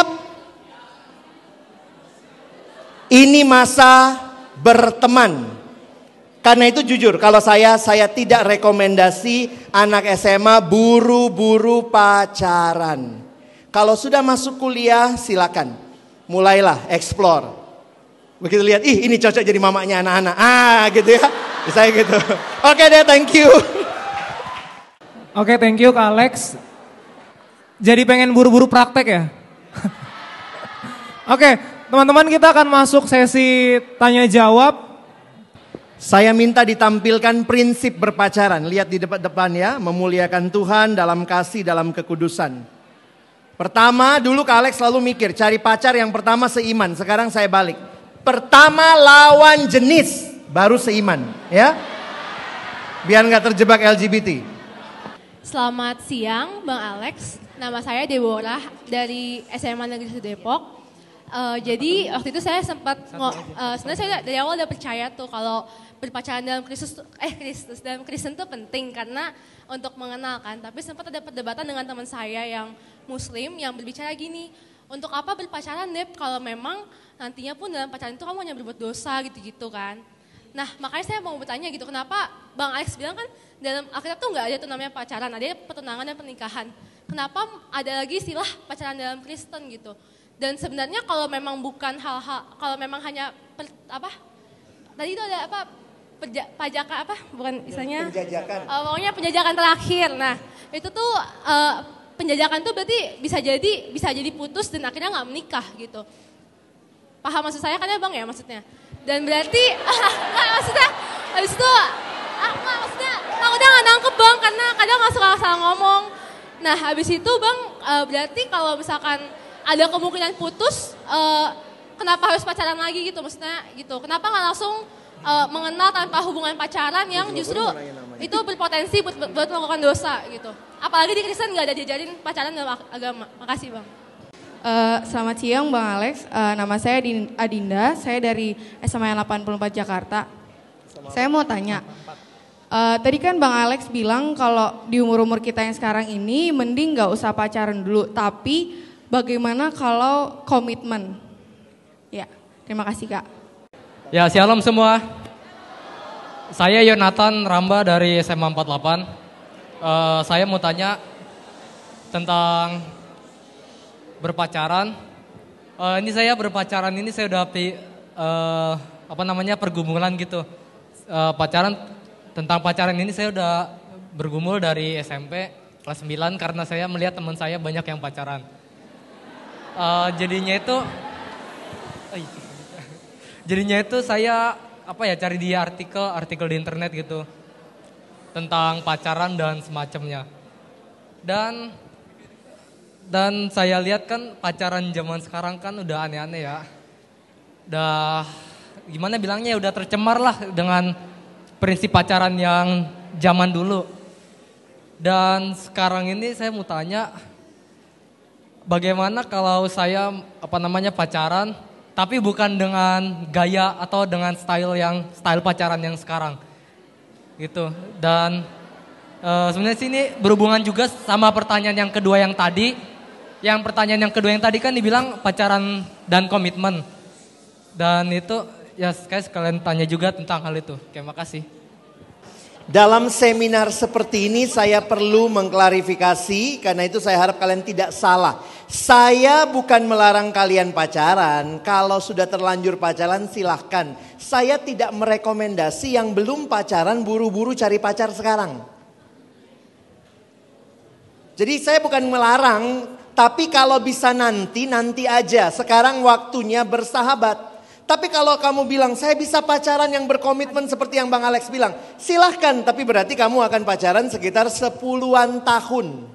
Speaker 1: Ini masa berteman. Karena itu jujur, kalau saya, saya tidak rekomendasi anak S M A buru-buru pacaran. Kalau sudah masuk kuliah silakan. Mulailah explore. Begitu lihat, ih ini cocok jadi mamanya anak-anak. Ah gitu ya. Saya gitu. Oke deh, thank you.
Speaker 2: Oke, thank you Kak Alex. Jadi pengen buru-buru praktek ya? Oke, teman-teman kita akan masuk sesi tanya jawab.
Speaker 1: Saya minta ditampilkan prinsip berpacaran. Lihat di depan-depan ya, memuliakan Tuhan dalam kasih, dalam kekudusan. Pertama, dulu Kak Alex selalu mikir, cari pacar yang pertama seiman. Sekarang saya balik. Pertama lawan jenis, baru seiman, ya. Biar nggak terjebak L G B T.
Speaker 6: Selamat siang, Bang Alex. Nama saya Deborah dari S M A Negeri satu Depok. Uh, jadi waktu itu saya sempat, uh, sebenarnya saya dari awal udah percaya tuh kalau berpacaran dalam Kristus, eh Kristus dalam Kristen tuh penting karena untuk mengenalkan. Tapi sempat ada perdebatan dengan teman saya yang Muslim yang berbicara gini, untuk apa berpacaran Dep kalau memang nantinya pun dalam pacaran itu kamu hanya berbuat dosa gitu-gitu kan. Nah makanya saya mau bertanya gitu, kenapa Bang Alex bilang kan dalam Alkitab tuh nggak ada tuh namanya pacaran, ada pertunangan dan pernikahan. Kenapa ada lagi istilah pacaran dalam Kristen gitu? Dan sebenarnya kalau memang bukan hal-hal, kalau memang hanya per, apa? Tadi itu ada apa? Perja, pajakan apa? Bukan istilahnya? Penjajakan. Uh, pokoknya penjajakan terakhir. Nah itu tuh uh, penjajakan tuh berarti bisa jadi bisa jadi putus dan akhirnya nggak menikah gitu. Paham maksud saya kan ya Bang ya maksudnya? Dan berarti, nggak maksudnya, habis itu, ah, nggak maksudnya, aku udah nggak nangkep Bang karena kadang nggak suka salah ngomong. Nah habis itu bang, uh, berarti kalau misalkan ada kemungkinan putus, uh, kenapa harus pacaran lagi gitu? Maksudnya gitu, kenapa nggak langsung uh, mengenal tanpa hubungan pacaran yang justru itu berpotensi buat, buat melakukan dosa gitu. Apalagi di Kristen nggak ada diajarin pacaran dalam agama. Makasih bang.
Speaker 7: Uh, selamat siang Bang Alex, uh, nama saya Adinda, saya dari S M A delapan puluh empat Jakarta. Saya mau tanya, uh, tadi kan Bang Alex bilang kalau di umur-umur kita yang sekarang ini mending gak usah pacaran dulu, tapi bagaimana kalau komitmen? Ya, terima kasih Kak.
Speaker 8: Ya, shalom semua. Saya Yonatan Ramba dari S M A empat puluh delapan. Uh, saya mau tanya tentang berpacaran. Uh, ini saya berpacaran ini saya udah uh, apa namanya pergumulan gitu. Uh, pacaran tentang pacaran ini saya udah bergumul dari S M P kelas sembilan karena saya melihat teman saya banyak yang pacaran. Uh, jadinya itu jadinya itu saya apa ya cari di artikel artikel di internet gitu tentang pacaran dan semacamnya. Dan Dan saya lihat kan pacaran zaman sekarang kan udah aneh-aneh ya. Udah gimana bilangnya udah tercemar lah dengan prinsip pacaran yang zaman dulu. Dan sekarang ini saya mau tanya bagaimana kalau saya apa namanya pacaran tapi bukan dengan gaya atau dengan style yang style pacaran yang sekarang. Gitu. Dan e, sebenarnya sini berhubungan juga sama pertanyaan yang kedua yang tadi. Yang pertanyaan yang kedua yang tadi kan dibilang pacaran dan komitmen. Dan itu ya kayak sekalian tanya juga tentang hal itu. Terima kasih.
Speaker 1: Dalam seminar seperti ini saya perlu mengklarifikasi karena itu saya harap kalian tidak salah. Saya bukan melarang kalian pacaran. Kalau sudah terlanjur pacaran silahkan. Saya tidak merekomendasi yang belum pacaran buru-buru cari pacar sekarang. Jadi saya bukan melarang. Tapi kalau bisa nanti, nanti aja. Sekarang waktunya bersahabat. Tapi kalau kamu bilang, saya bisa pacaran yang berkomitmen seperti yang Bang Alex bilang. Silahkan, tapi berarti kamu akan pacaran sekitar sepuluhan tahun.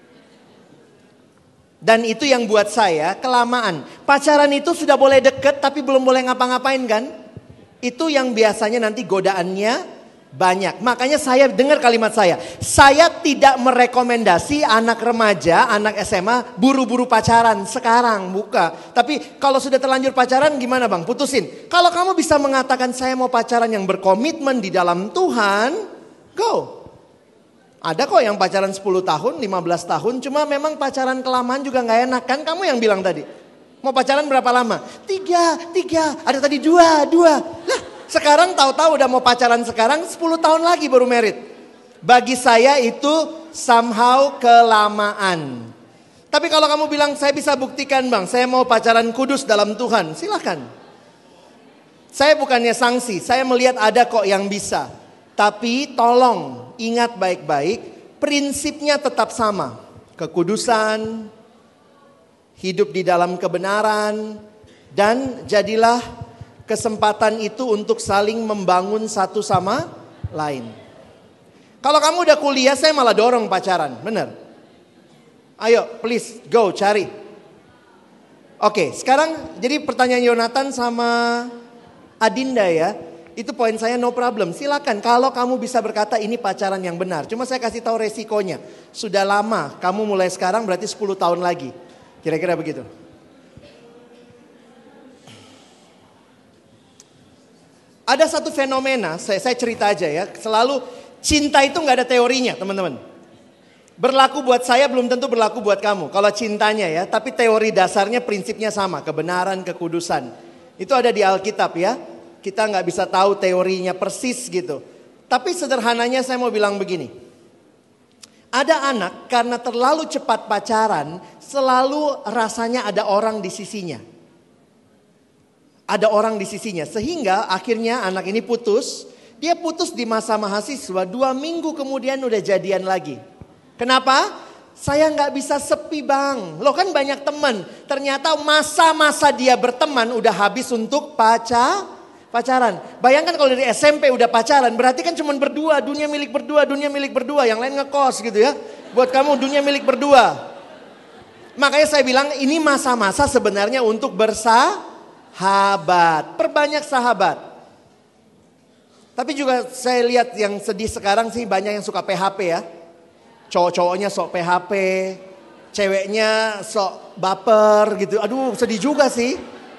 Speaker 1: Dan itu yang buat saya kelamaan. Pacaran itu sudah boleh deket tapi belum boleh ngapa-ngapain kan? Itu yang biasanya nanti godaannya banyak. Makanya saya dengar kalimat saya. Saya tidak merekomendasi anak remaja, anak S M A buru-buru pacaran sekarang. Buka. Tapi kalau sudah terlanjur pacaran gimana bang? Putusin. Kalau kamu bisa mengatakan saya mau pacaran yang berkomitmen di dalam Tuhan. Go. Ada kok yang pacaran sepuluh tahun, lima belas tahun. Cuma memang pacaran kelamaan juga gak enak. Kan kamu yang bilang tadi. Mau pacaran berapa lama? Tiga, tiga. Ada tadi dua, dua. Lah. Sekarang tahu-tahu udah mau pacaran sekarang sepuluh tahun lagi baru merit. Bagi saya itu somehow kelamaan. Tapi kalau kamu bilang saya bisa buktikan bang, saya mau pacaran kudus dalam Tuhan, silakan. Saya bukannya sanksi, saya melihat ada kok yang bisa. Tapi tolong ingat baik-baik, prinsipnya tetap sama. Kekudusan, hidup di dalam kebenaran, dan jadilah kesempatan itu untuk saling membangun satu sama lain. Kalau kamu udah kuliah, saya malah dorong pacaran, bener? Ayo, please, go, cari. Oke, sekarang jadi pertanyaan Yonatan sama Adinda ya. Itu poin saya no problem, silakan. Kalau kamu bisa berkata ini pacaran yang benar. Cuma saya kasih tahu resikonya. Sudah lama, kamu mulai sekarang berarti sepuluh tahun lagi. Kira-kira begitu. Ada satu fenomena, saya, saya cerita aja ya. Selalu cinta itu gak ada teorinya teman-teman. Berlaku buat saya belum tentu berlaku buat kamu. Kalau cintanya ya, tapi teori dasarnya prinsipnya sama. Kebenaran, kekudusan. Itu ada di Alkitab ya. Kita gak bisa tahu teorinya persis gitu. Tapi sederhananya saya mau bilang begini. Ada anak karena terlalu cepat pacaran, selalu rasanya ada orang di sisinya. Ada orang di sisinya. Sehingga akhirnya anak ini putus. Dia putus di masa mahasiswa. Dua minggu kemudian udah jadian lagi. Kenapa? Saya gak bisa sepi bang. Loh kan banyak teman. Ternyata masa-masa dia berteman udah habis untuk pacar, pacaran. Bayangkan kalau dari S M P udah pacaran. Berarti kan cuma berdua. Dunia milik berdua. Dunia milik berdua. Yang lain ngekos gitu ya. Buat kamu dunia milik berdua. Makanya saya bilang ini masa-masa sebenarnya untuk bersahabat. Perbanyak sahabat. Tapi juga saya lihat yang sedih sekarang sih banyak yang suka P H P ya. Cowok-cowoknya sok P H P. Ceweknya sok baper gitu. Aduh sedih juga sih.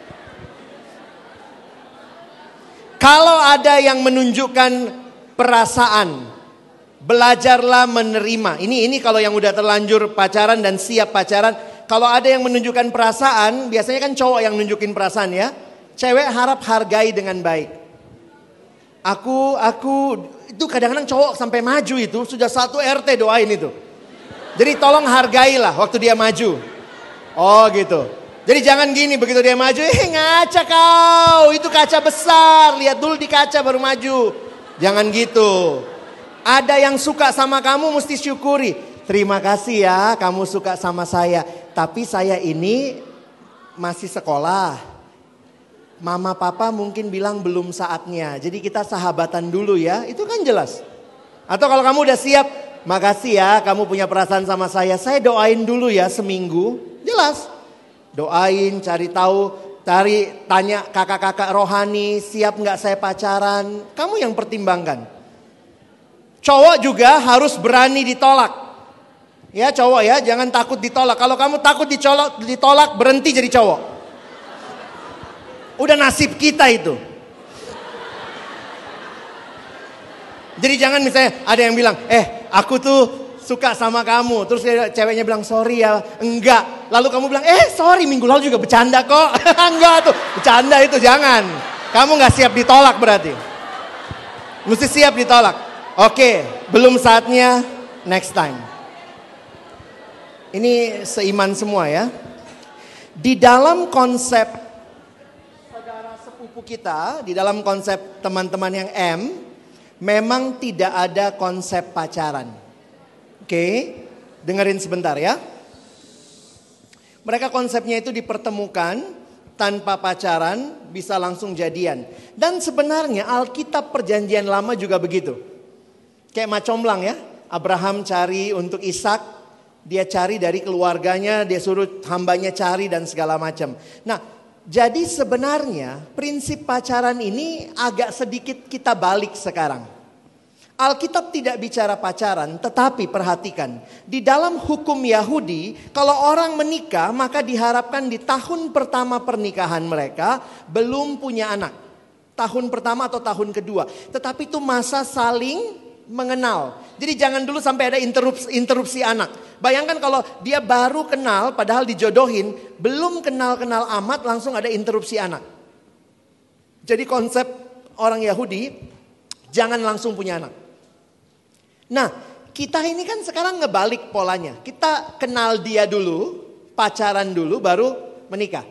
Speaker 1: Kalau ada yang menunjukkan perasaan, belajarlah menerima. Ini ini kalau yang udah terlanjur pacaran dan siap pacaran. Kalau ada yang menunjukkan perasaan, biasanya kan cowok yang nunjukin perasaan ya. Cewek harap hargai dengan baik. Aku, aku, itu kadang-kadang cowok sampai maju itu, sudah satu R T doain itu. Jadi tolong hargailah waktu dia maju. Oh gitu. Jadi jangan gini, begitu dia maju, eh ngaca kau, itu kaca besar, lihat dulu di kaca baru maju. Jangan gitu. Ada yang suka sama kamu mesti syukuri. Terima kasih ya kamu suka sama saya. Tapi saya ini masih sekolah. Mama papa mungkin bilang belum saatnya. Jadi kita sahabatan dulu ya. Itu kan jelas. Atau kalau kamu udah siap. Makasih ya kamu punya perasaan sama saya. Saya doain dulu ya seminggu. Jelas. Doain, cari tahu. Cari tanya kakak-kakak rohani. Siap gak saya pacaran. Kamu yang pertimbangkan. Cowok juga harus berani ditolak. Ya cowok ya, jangan takut ditolak. Kalau kamu takut dicolok, ditolak, berhenti jadi cowok. Udah nasib kita itu. Jadi jangan misalnya ada yang bilang, eh aku tuh suka sama kamu. Terus ceweknya bilang sorry ya, enggak. Lalu kamu bilang, eh sorry minggu lalu juga bercanda kok. Enggak tuh, bercanda itu jangan. Kamu gak siap ditolak berarti. Mesti siap ditolak. Oke, belum saatnya, next time. Ini seiman semua ya. Di dalam konsep saudara sepupu kita, di dalam konsep teman-teman yang M, memang tidak ada konsep pacaran. Oke, dengerin sebentar ya. Mereka konsepnya itu dipertemukan tanpa pacaran, bisa langsung jadian. Dan sebenarnya Alkitab Perjanjian Lama juga begitu. Kayak macomblang ya. Abraham cari untuk Ishak. Dia cari dari keluarganya, dia suruh hambanya cari dan segala macam. Nah, jadi sebenarnya prinsip pacaran ini agak sedikit kita balik sekarang. Alkitab tidak bicara pacaran, tetapi perhatikan. Di dalam hukum Yahudi, kalau orang menikah maka diharapkan di tahun pertama pernikahan mereka belum punya anak. Tahun pertama atau tahun kedua. Tetapi itu masa saling mengenal. Jadi jangan dulu sampai ada interupsi, interupsi anak. Bayangkan kalau dia baru kenal padahal dijodohin, belum kenal-kenal amat langsung ada interupsi anak. Jadi konsep orang Yahudi, jangan langsung punya anak. Nah, kita ini kan sekarang ngebalik polanya. Kita kenal dia dulu, pacaran dulu baru menikah.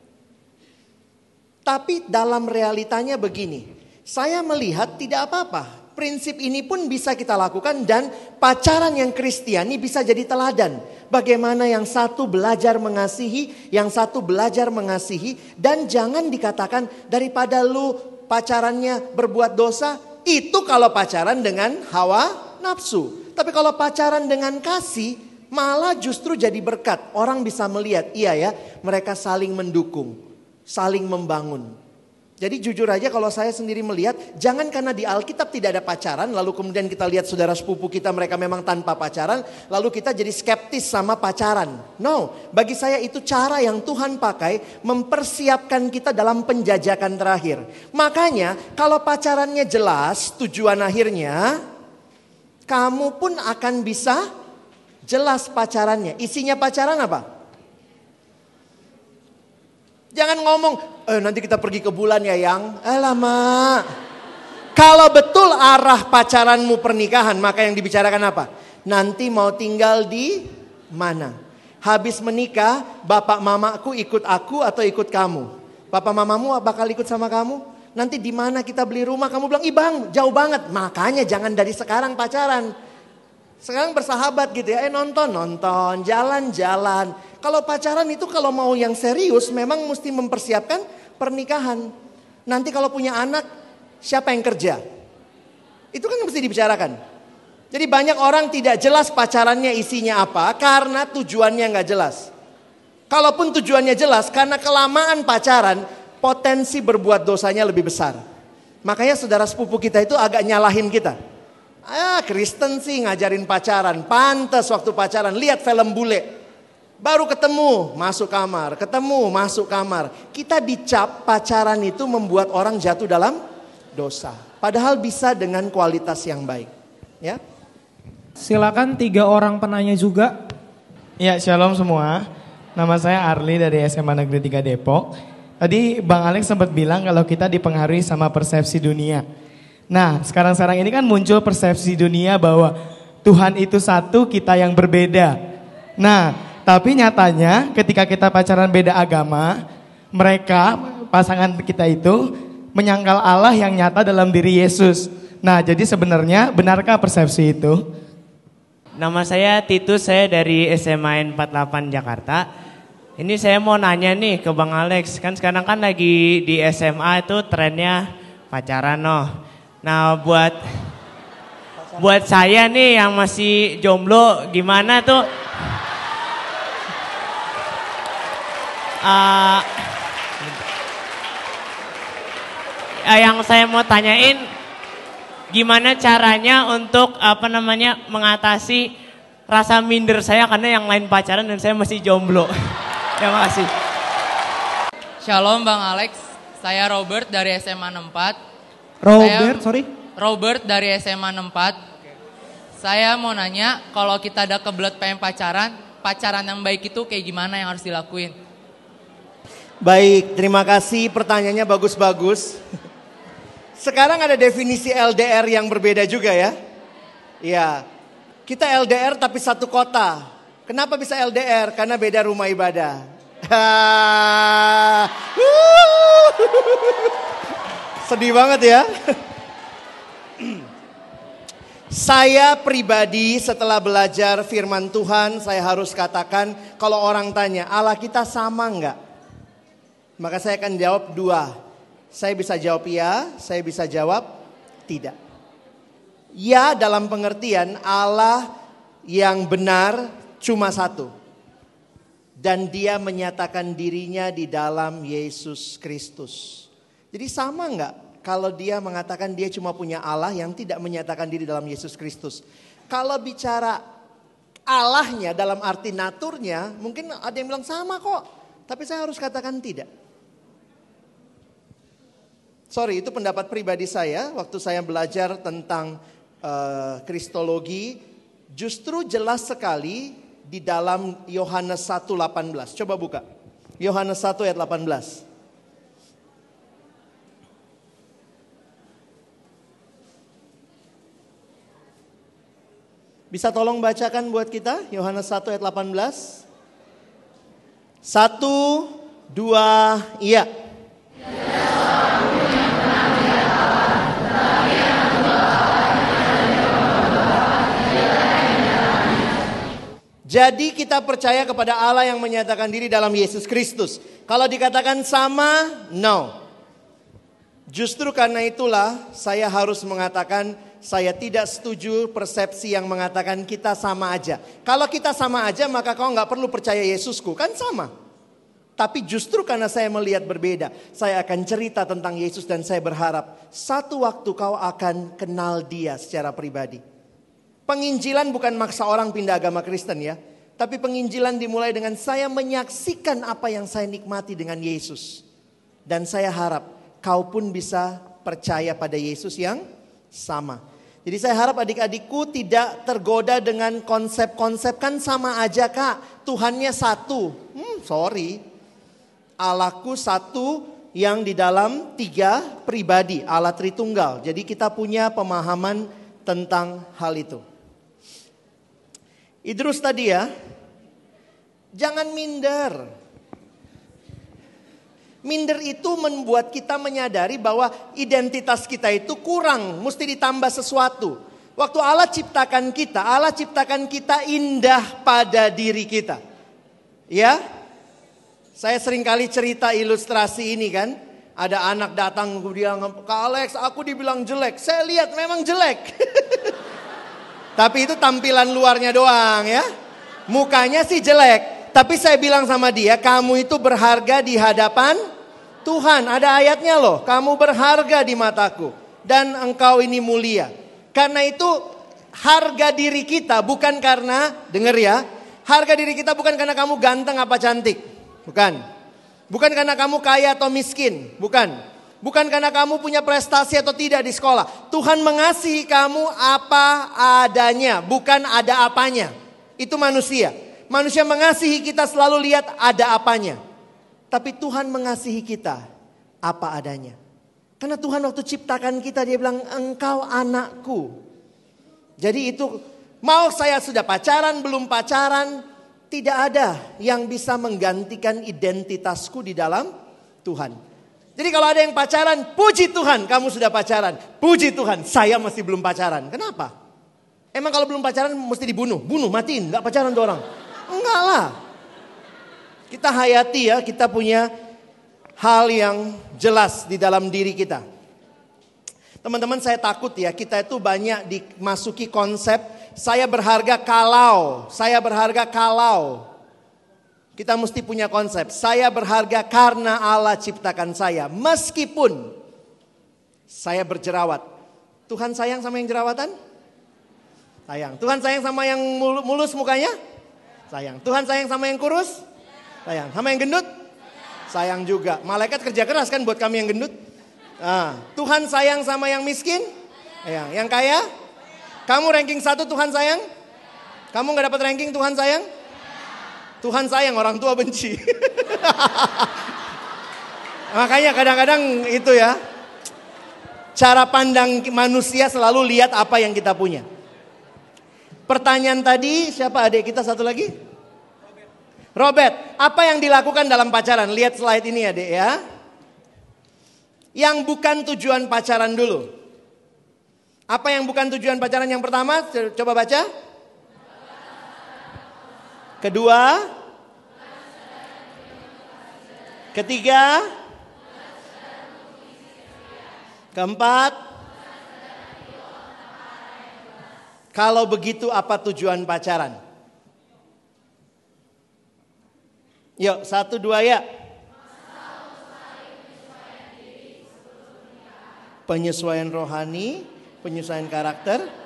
Speaker 1: Tapi dalam realitanya begini, saya melihat tidak apa-apa. Prinsip ini pun bisa kita lakukan dan pacaran yang Kristiani bisa jadi teladan. Bagaimana yang satu belajar mengasihi, yang satu belajar mengasihi. Dan jangan dikatakan daripada lu pacarannya berbuat dosa, itu kalau pacaran dengan hawa nafsu. Tapi kalau pacaran dengan kasih, malah justru jadi berkat. Orang bisa melihat, iya ya, mereka saling mendukung, saling membangun. Jadi jujur aja kalau saya sendiri melihat, jangan karena di Alkitab tidak ada pacaran, lalu kemudian kita lihat saudara sepupu kita mereka memang tanpa pacaran, lalu kita jadi skeptis sama pacaran. No, bagi saya itu cara yang Tuhan pakai mempersiapkan kita dalam penjajakan terakhir. Makanya kalau pacarannya jelas tujuan akhirnya, kamu pun akan bisa jelas pacarannya. Isinya pacaran apa? Jangan ngomong, eh nanti kita pergi ke bulan ya yang. Eh lama. Kalau betul arah pacaranmu pernikahan, maka yang dibicarakan apa? Nanti mau tinggal di mana? Habis menikah, bapak mamaku ikut aku atau ikut kamu? Bapak mamamu bakal ikut sama kamu? Nanti di mana kita beli rumah? Kamu bilang, ih bang jauh banget. Makanya jangan dari sekarang pacaran. Sekarang bersahabat gitu ya, eh nonton, nonton, jalan-jalan. Kalau pacaran itu kalau mau yang serius memang mesti mempersiapkan pernikahan. Nanti kalau punya anak, siapa yang kerja? Itu kan mesti dibicarakan. Jadi banyak orang tidak jelas pacarannya isinya apa karena tujuannya nggak jelas. Kalaupun tujuannya jelas, karena kelamaan pacaran, potensi berbuat dosanya lebih besar. Makanya saudara sepupu kita itu agak nyalahin kita. Ah, Kristen sih ngajarin pacaran, pantas waktu pacaran, lihat film bule. Baru ketemu, masuk kamar, ketemu, masuk kamar. Kita dicap pacaran itu membuat orang jatuh dalam dosa. Padahal bisa dengan kualitas yang baik. Ya.
Speaker 2: Silakan tiga orang penanya juga.
Speaker 9: Ya, shalom semua. Nama saya Arli dari S M A Negeri tiga Depok. Tadi Bang Alex sempat bilang kalau kita dipengaruhi sama persepsi dunia. Nah, sekarang-sekarang ini kan muncul persepsi dunia bahwa Tuhan itu satu, kita yang berbeda. Nah, tapi nyatanya ketika kita pacaran beda agama, mereka, pasangan kita itu menyangkal Allah yang nyata dalam diri Yesus. Nah, jadi sebenarnya benarkah persepsi itu?
Speaker 10: Nama saya Titus, saya dari S M A N empat puluh delapan Jakarta. Ini saya mau nanya nih ke Bang Alex, kan sekarang kan lagi di S M A itu trennya pacaran noh. Nah buat buat saya nih yang masih jomblo gimana tuh? Uh, yang saya mau tanyain, gimana caranya untuk apa namanya mengatasi rasa minder saya karena yang lain pacaran dan saya masih jomblo. Terima kasih.
Speaker 11: Shalom Bang Alex, saya Robert dari S M A enam puluh empat.
Speaker 2: Robert,
Speaker 11: saya,
Speaker 2: sorry.
Speaker 11: Robert dari S M A enam puluh empat. Saya mau nanya, kalau kita ada kebelet pengen pacaran, pacaran yang baik itu kayak gimana yang harus dilakuin?
Speaker 1: Baik, terima kasih, pertanyaannya bagus-bagus. Sekarang ada definisi L D R yang berbeda juga ya. Iya, kita L D R tapi satu kota. Kenapa bisa L D R? Karena beda rumah ibadah. Sedih banget ya. Saya pribadi setelah belajar firman Tuhan, saya harus katakan kalau orang tanya, Allah kita sama enggak? Maka saya akan jawab dua. Saya bisa jawab iya, saya bisa jawab tidak. Ya dalam pengertian Allah yang benar cuma satu. Dan dia menyatakan dirinya di dalam Yesus Kristus. Jadi sama enggak kalau dia mengatakan dia cuma punya Allah yang tidak menyatakan diri dalam Yesus Kristus. Kalau bicara Allahnya dalam arti naturnya, mungkin ada yang bilang sama kok. Tapi saya harus katakan tidak. Sorry, itu pendapat pribadi saya waktu saya belajar tentang uh, kristologi. Justru jelas sekali di dalam Yohanes satu delapan belas. Coba buka. Yohanes satu ayat delapan belas. Bisa tolong bacakan buat kita Yohanes satu ayat delapan belas. Satu, dua, iya. Jadi kita percaya kepada Allah yang menyatakan diri dalam Yesus Kristus. Kalau dikatakan sama, no. Justru karena itulah saya harus mengatakan saya tidak setuju persepsi yang mengatakan kita sama aja. Kalau kita sama aja maka kau nggak perlu percaya Yesusku, kan sama. Tapi justru karena saya melihat berbeda, saya akan cerita tentang Yesus dan saya berharap satu waktu kau akan kenal dia secara pribadi. Penginjilan bukan maksa orang pindah agama Kristen ya. Tapi penginjilan dimulai dengan saya menyaksikan apa yang saya nikmati dengan Yesus. Dan saya harap kau pun bisa percaya pada Yesus yang sama. Jadi saya harap adik-adikku tidak tergoda dengan konsep-konsep kan sama aja kak. Tuhannya satu. Hmm, sorry. Allahku satu yang di dalam tiga pribadi. Allah Tritunggal. Jadi kita punya pemahaman tentang hal itu. Idrus tadi ya, jangan minder. Minder itu membuat kita menyadari bahwa identitas kita itu kurang, mesti ditambah sesuatu. Waktu Allah ciptakan kita, Allah ciptakan kita indah pada diri kita. Ya, saya seringkali cerita ilustrasi ini kan. Ada anak datang, bilang, Kak Alex aku dibilang jelek. Saya lihat memang jelek. Tapi itu tampilan luarnya doang ya. Mukanya sih jelek. Tapi saya bilang sama dia, kamu itu berharga di hadapan Tuhan. Ada ayatnya loh, kamu berharga di mataku. Dan engkau ini mulia. Karena itu harga diri kita bukan karena, denger ya. Harga diri kita bukan karena kamu ganteng apa cantik. Bukan. Bukan karena kamu kaya atau miskin. Bukan. Bukan karena kamu punya prestasi atau tidak di sekolah. Tuhan mengasihi kamu apa adanya, bukan ada apanya. Itu manusia. Manusia mengasihi kita selalu lihat ada apanya. Tapi Tuhan mengasihi kita apa adanya. Karena Tuhan waktu ciptakan kita dia bilang engkau anakku. Jadi itu mau saya sudah pacaran belum pacaran. Tidak ada yang bisa menggantikan identitasku di dalam Tuhan. Jadi kalau ada yang pacaran, puji Tuhan kamu sudah pacaran. Puji Tuhan saya masih belum pacaran. Kenapa? Emang kalau belum pacaran mesti dibunuh? Bunuh, matiin, gak pacaran tuh orang. Enggak lah. Kita hayati ya, kita punya hal yang jelas di dalam diri kita. Teman-teman saya takut ya, kita itu banyak dimasuki konsep saya berharga kalau, saya berharga kalau. Kita mesti punya konsep, saya berharga karena Allah ciptakan saya. Meskipun saya berjerawat. Tuhan sayang sama yang jerawatan? Sayang. Tuhan sayang sama yang mulus mukanya? Sayang. Tuhan sayang sama yang kurus? Sayang. Sama yang gendut? Sayang juga. Malaikat kerja keras kan buat kami yang gendut? Nah, Tuhan sayang sama yang miskin? Sayang. Yang kaya? Kamu ranking satu Tuhan sayang? Kamu gak dapat ranking Tuhan sayang? Tuhan sayang, orang tua benci. Makanya kadang-kadang itu ya. Cara pandang manusia selalu lihat apa yang kita punya. Pertanyaan tadi, siapa adik kita satu lagi? Robert, apa yang dilakukan dalam pacaran? Lihat slide ini adik ya. Yang bukan tujuan pacaran dulu. Apa yang bukan tujuan pacaran yang pertama? Coba baca. Kedua, ketiga, keempat. Kalau begitu apa tujuan pacaran? Yuk, satu dua ya. Penyesuaian rohani, penyesuaian karakter.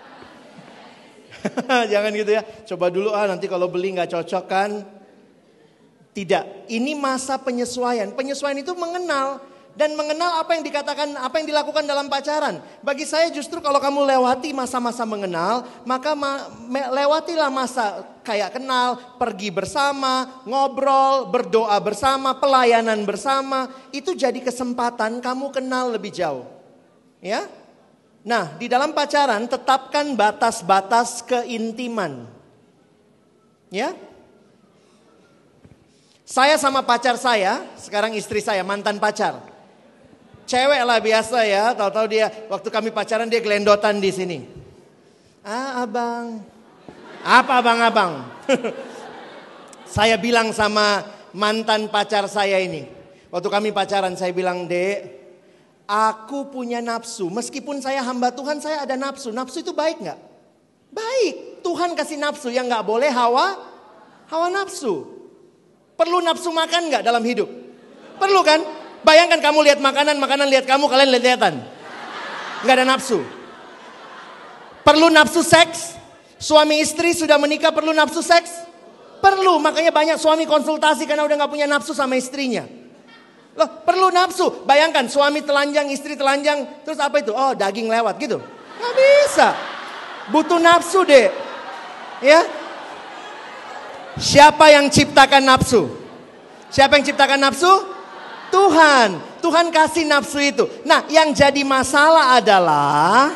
Speaker 1: Jangan gitu ya. Coba dulu ah nanti kalau beli nggak cocok kan. Tidak. Ini masa penyesuaian. Penyesuaian itu mengenal dan mengenal apa yang dikatakan, apa yang dilakukan dalam pacaran. Bagi saya justru kalau kamu lewati masa-masa mengenal, maka ma- me- lewatilah masa kayak kenal, pergi bersama, ngobrol, berdoa bersama, pelayanan bersama. Itu jadi kesempatan kamu kenal lebih jauh. Ya? Nah, di dalam pacaran tetapkan batas-batas keintiman. Ya? Saya sama pacar saya, sekarang istri saya, mantan pacar. Cewek lah biasa ya, tahu-tahu dia waktu kami pacaran dia gelendotan di sini. Ah, abang. Apa abang-abang? Saya bilang sama mantan pacar saya ini. Waktu kami pacaran saya bilang, "Dek, aku punya nafsu. Meskipun saya hamba Tuhan, saya ada nafsu. Nafsu itu baik gak? Baik. Tuhan kasih nafsu yang gak boleh hawa. Hawa nafsu. Perlu nafsu makan gak dalam hidup? Perlu kan? Bayangkan kamu lihat makanan, makanan lihat kamu, kalian lihat-lihatan. Gak ada nafsu. Perlu nafsu seks? Suami istri sudah menikah perlu nafsu seks? Perlu. Makanya banyak suami konsultasi karena udah gak punya nafsu sama istrinya. Loh, perlu nafsu. Bayangkan suami telanjang, istri telanjang. Terus apa itu? Oh, daging lewat gitu. Gak bisa. Butuh nafsu deh. Ya. Siapa yang ciptakan nafsu? Siapa yang ciptakan nafsu? Tuhan. Tuhan kasih nafsu itu. Nah, yang jadi masalah adalah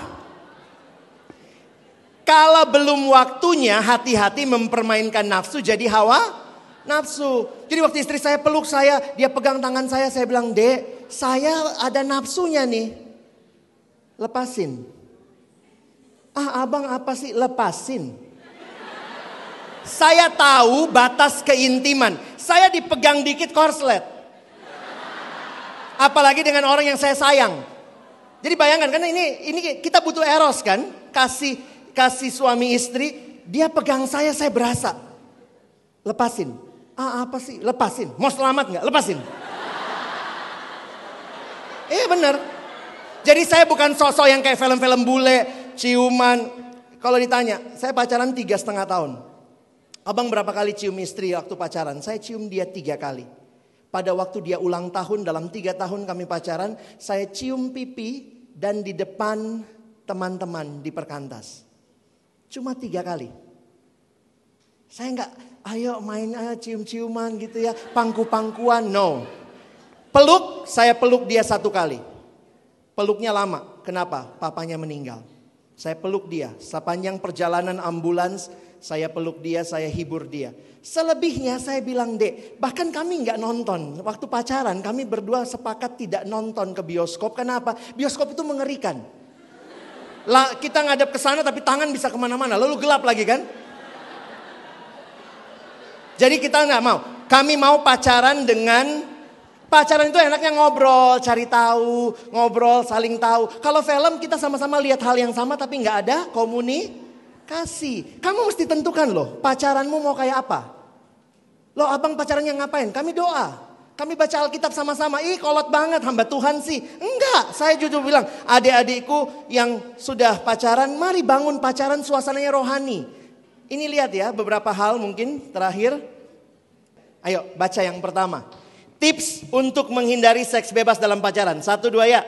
Speaker 1: kalau belum waktunya hati-hati mempermainkan nafsu jadi hawa nafsu. Jadi waktu istri saya peluk saya, dia pegang tangan saya, saya bilang, "Dek, saya ada nafsunya nih." Lepasin. Ah, abang apa sih? Lepasin. Saya tahu batas keintiman. Saya dipegang dikit korslet. Apalagi dengan orang yang saya sayang. Jadi bayangkan, karena ini ini kita butuh eros kan, kasih kasih suami istri, dia pegang saya, saya berasa. Lepasin. Ah apa sih? Lepasin. Mau selamat nggak? Lepasin. Eh bener. Jadi saya bukan sosok yang kayak film-film bule, ciuman. Kalau ditanya, saya pacaran tiga setengah tahun. Abang berapa kali cium istri waktu pacaran? Saya cium dia tiga kali. Pada waktu dia ulang tahun, dalam tiga tahun kami pacaran, saya cium pipi dan di depan teman-teman di perkantas. Cuma tiga kali. Saya nggak, ayo main aja cium-ciuman gitu ya, pangku-pangkuan, no. Peluk, saya peluk dia satu kali. Peluknya lama, kenapa? Papanya meninggal. Saya peluk dia, sepanjang perjalanan ambulans, saya peluk dia, saya hibur dia. Selebihnya saya bilang, Dek, bahkan kami nggak nonton. Waktu pacaran kami berdua sepakat tidak nonton ke bioskop. Kenapa? Bioskop itu mengerikan. Lah, kita ngadep ke sana tapi tangan bisa kemana-mana. Lalu gelap lagi kan? Jadi kita nggak mau. Kami mau pacaran dengan, pacaran itu enaknya ngobrol, cari tahu, ngobrol, saling tahu. Kalau film kita sama-sama lihat hal yang sama tapi nggak ada komunikasi. Kamu mesti tentukan loh, pacaranmu mau kayak apa? Loh abang pacarannya ngapain? Kami doa. Kami baca Alkitab sama-sama. Ih kolot banget hamba Tuhan sih. Enggak, saya jujur bilang adik-adikku yang sudah pacaran, mari bangun pacaran suasananya rohani. Ini lihat ya beberapa hal mungkin terakhir. Ayo baca yang pertama. Tips untuk menghindari seks bebas dalam pacaran. Satu dua ya.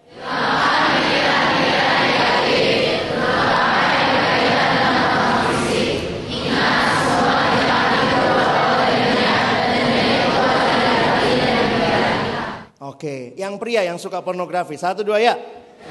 Speaker 1: Oke, yang pria yang suka pornografi. Satu dua ya.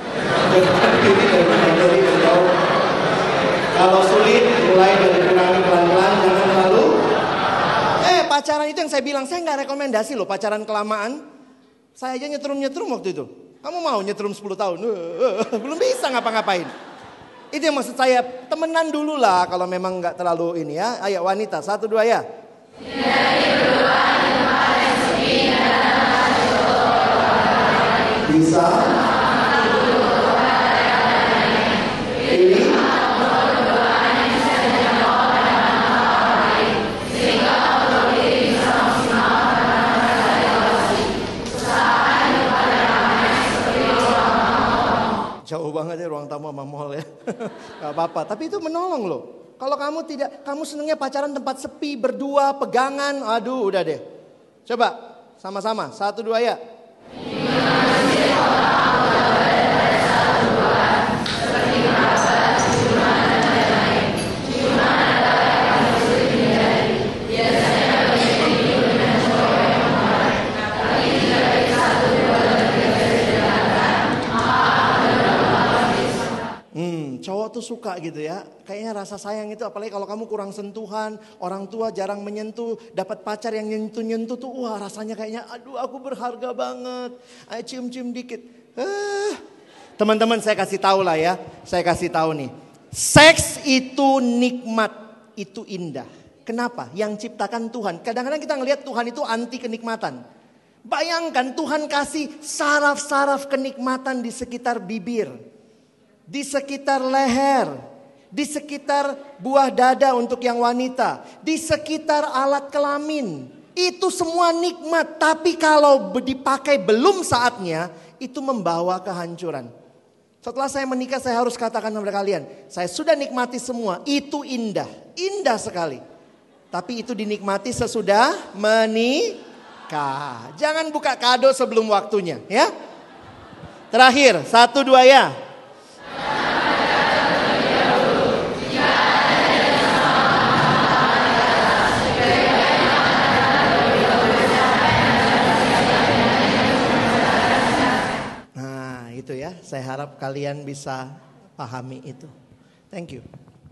Speaker 1: Kalau sulit mulai dari kurangi pelan-pelan, jangan terlalu. Eh pacaran itu yang saya bilang, saya nggak rekomendasi loh pacaran kelamaan. Saya aja nyetrum-nyetrum waktu itu. Kamu mau nyetrum sepuluh tahun? Belum bisa ngapa-ngapain. Itu yang maksud saya, temenan dulu lah kalau memang nggak terlalu ini ya. Ayo wanita, satu dua ya. Bisa. Ini. Jauh banget ya ruang tamu sama mall ya. Gak apa-apa, tapi itu menolong loh. Kalau kamu tidak, kamu senangnya pacaran tempat sepi, berdua, pegangan, aduh udah deh. Coba sama-sama, satu dua ya. Cowok tuh suka gitu ya, kayaknya rasa sayang itu apalagi kalau kamu kurang sentuhan, orang tua jarang menyentuh, dapat pacar yang nyentuh-nyentuh tuh, wah rasanya kayaknya aduh aku berharga banget, ayo cium-cium dikit. Eh, teman-teman saya kasih tahu lah ya, saya kasih tahu nih, seks itu nikmat, itu indah. Kenapa? Yang ciptakan Tuhan. Kadang-kadang kita ngelihat Tuhan itu anti kenikmatan. Bayangkan Tuhan kasih saraf-saraf kenikmatan di sekitar bibir. Di sekitar leher, di sekitar buah dada untuk yang wanita, di sekitar alat kelamin. Itu semua nikmat, tapi kalau dipakai belum saatnya, itu membawa kehancuran. Setelah saya menikah, saya harus katakan kepada kalian, saya sudah nikmati semua, itu indah, indah sekali. Tapi itu dinikmati sesudah menikah. Jangan buka kado sebelum waktunya, ya. Terakhir, satu dua ya. Nah itu ya, saya harap kalian bisa pahami itu. Thank you.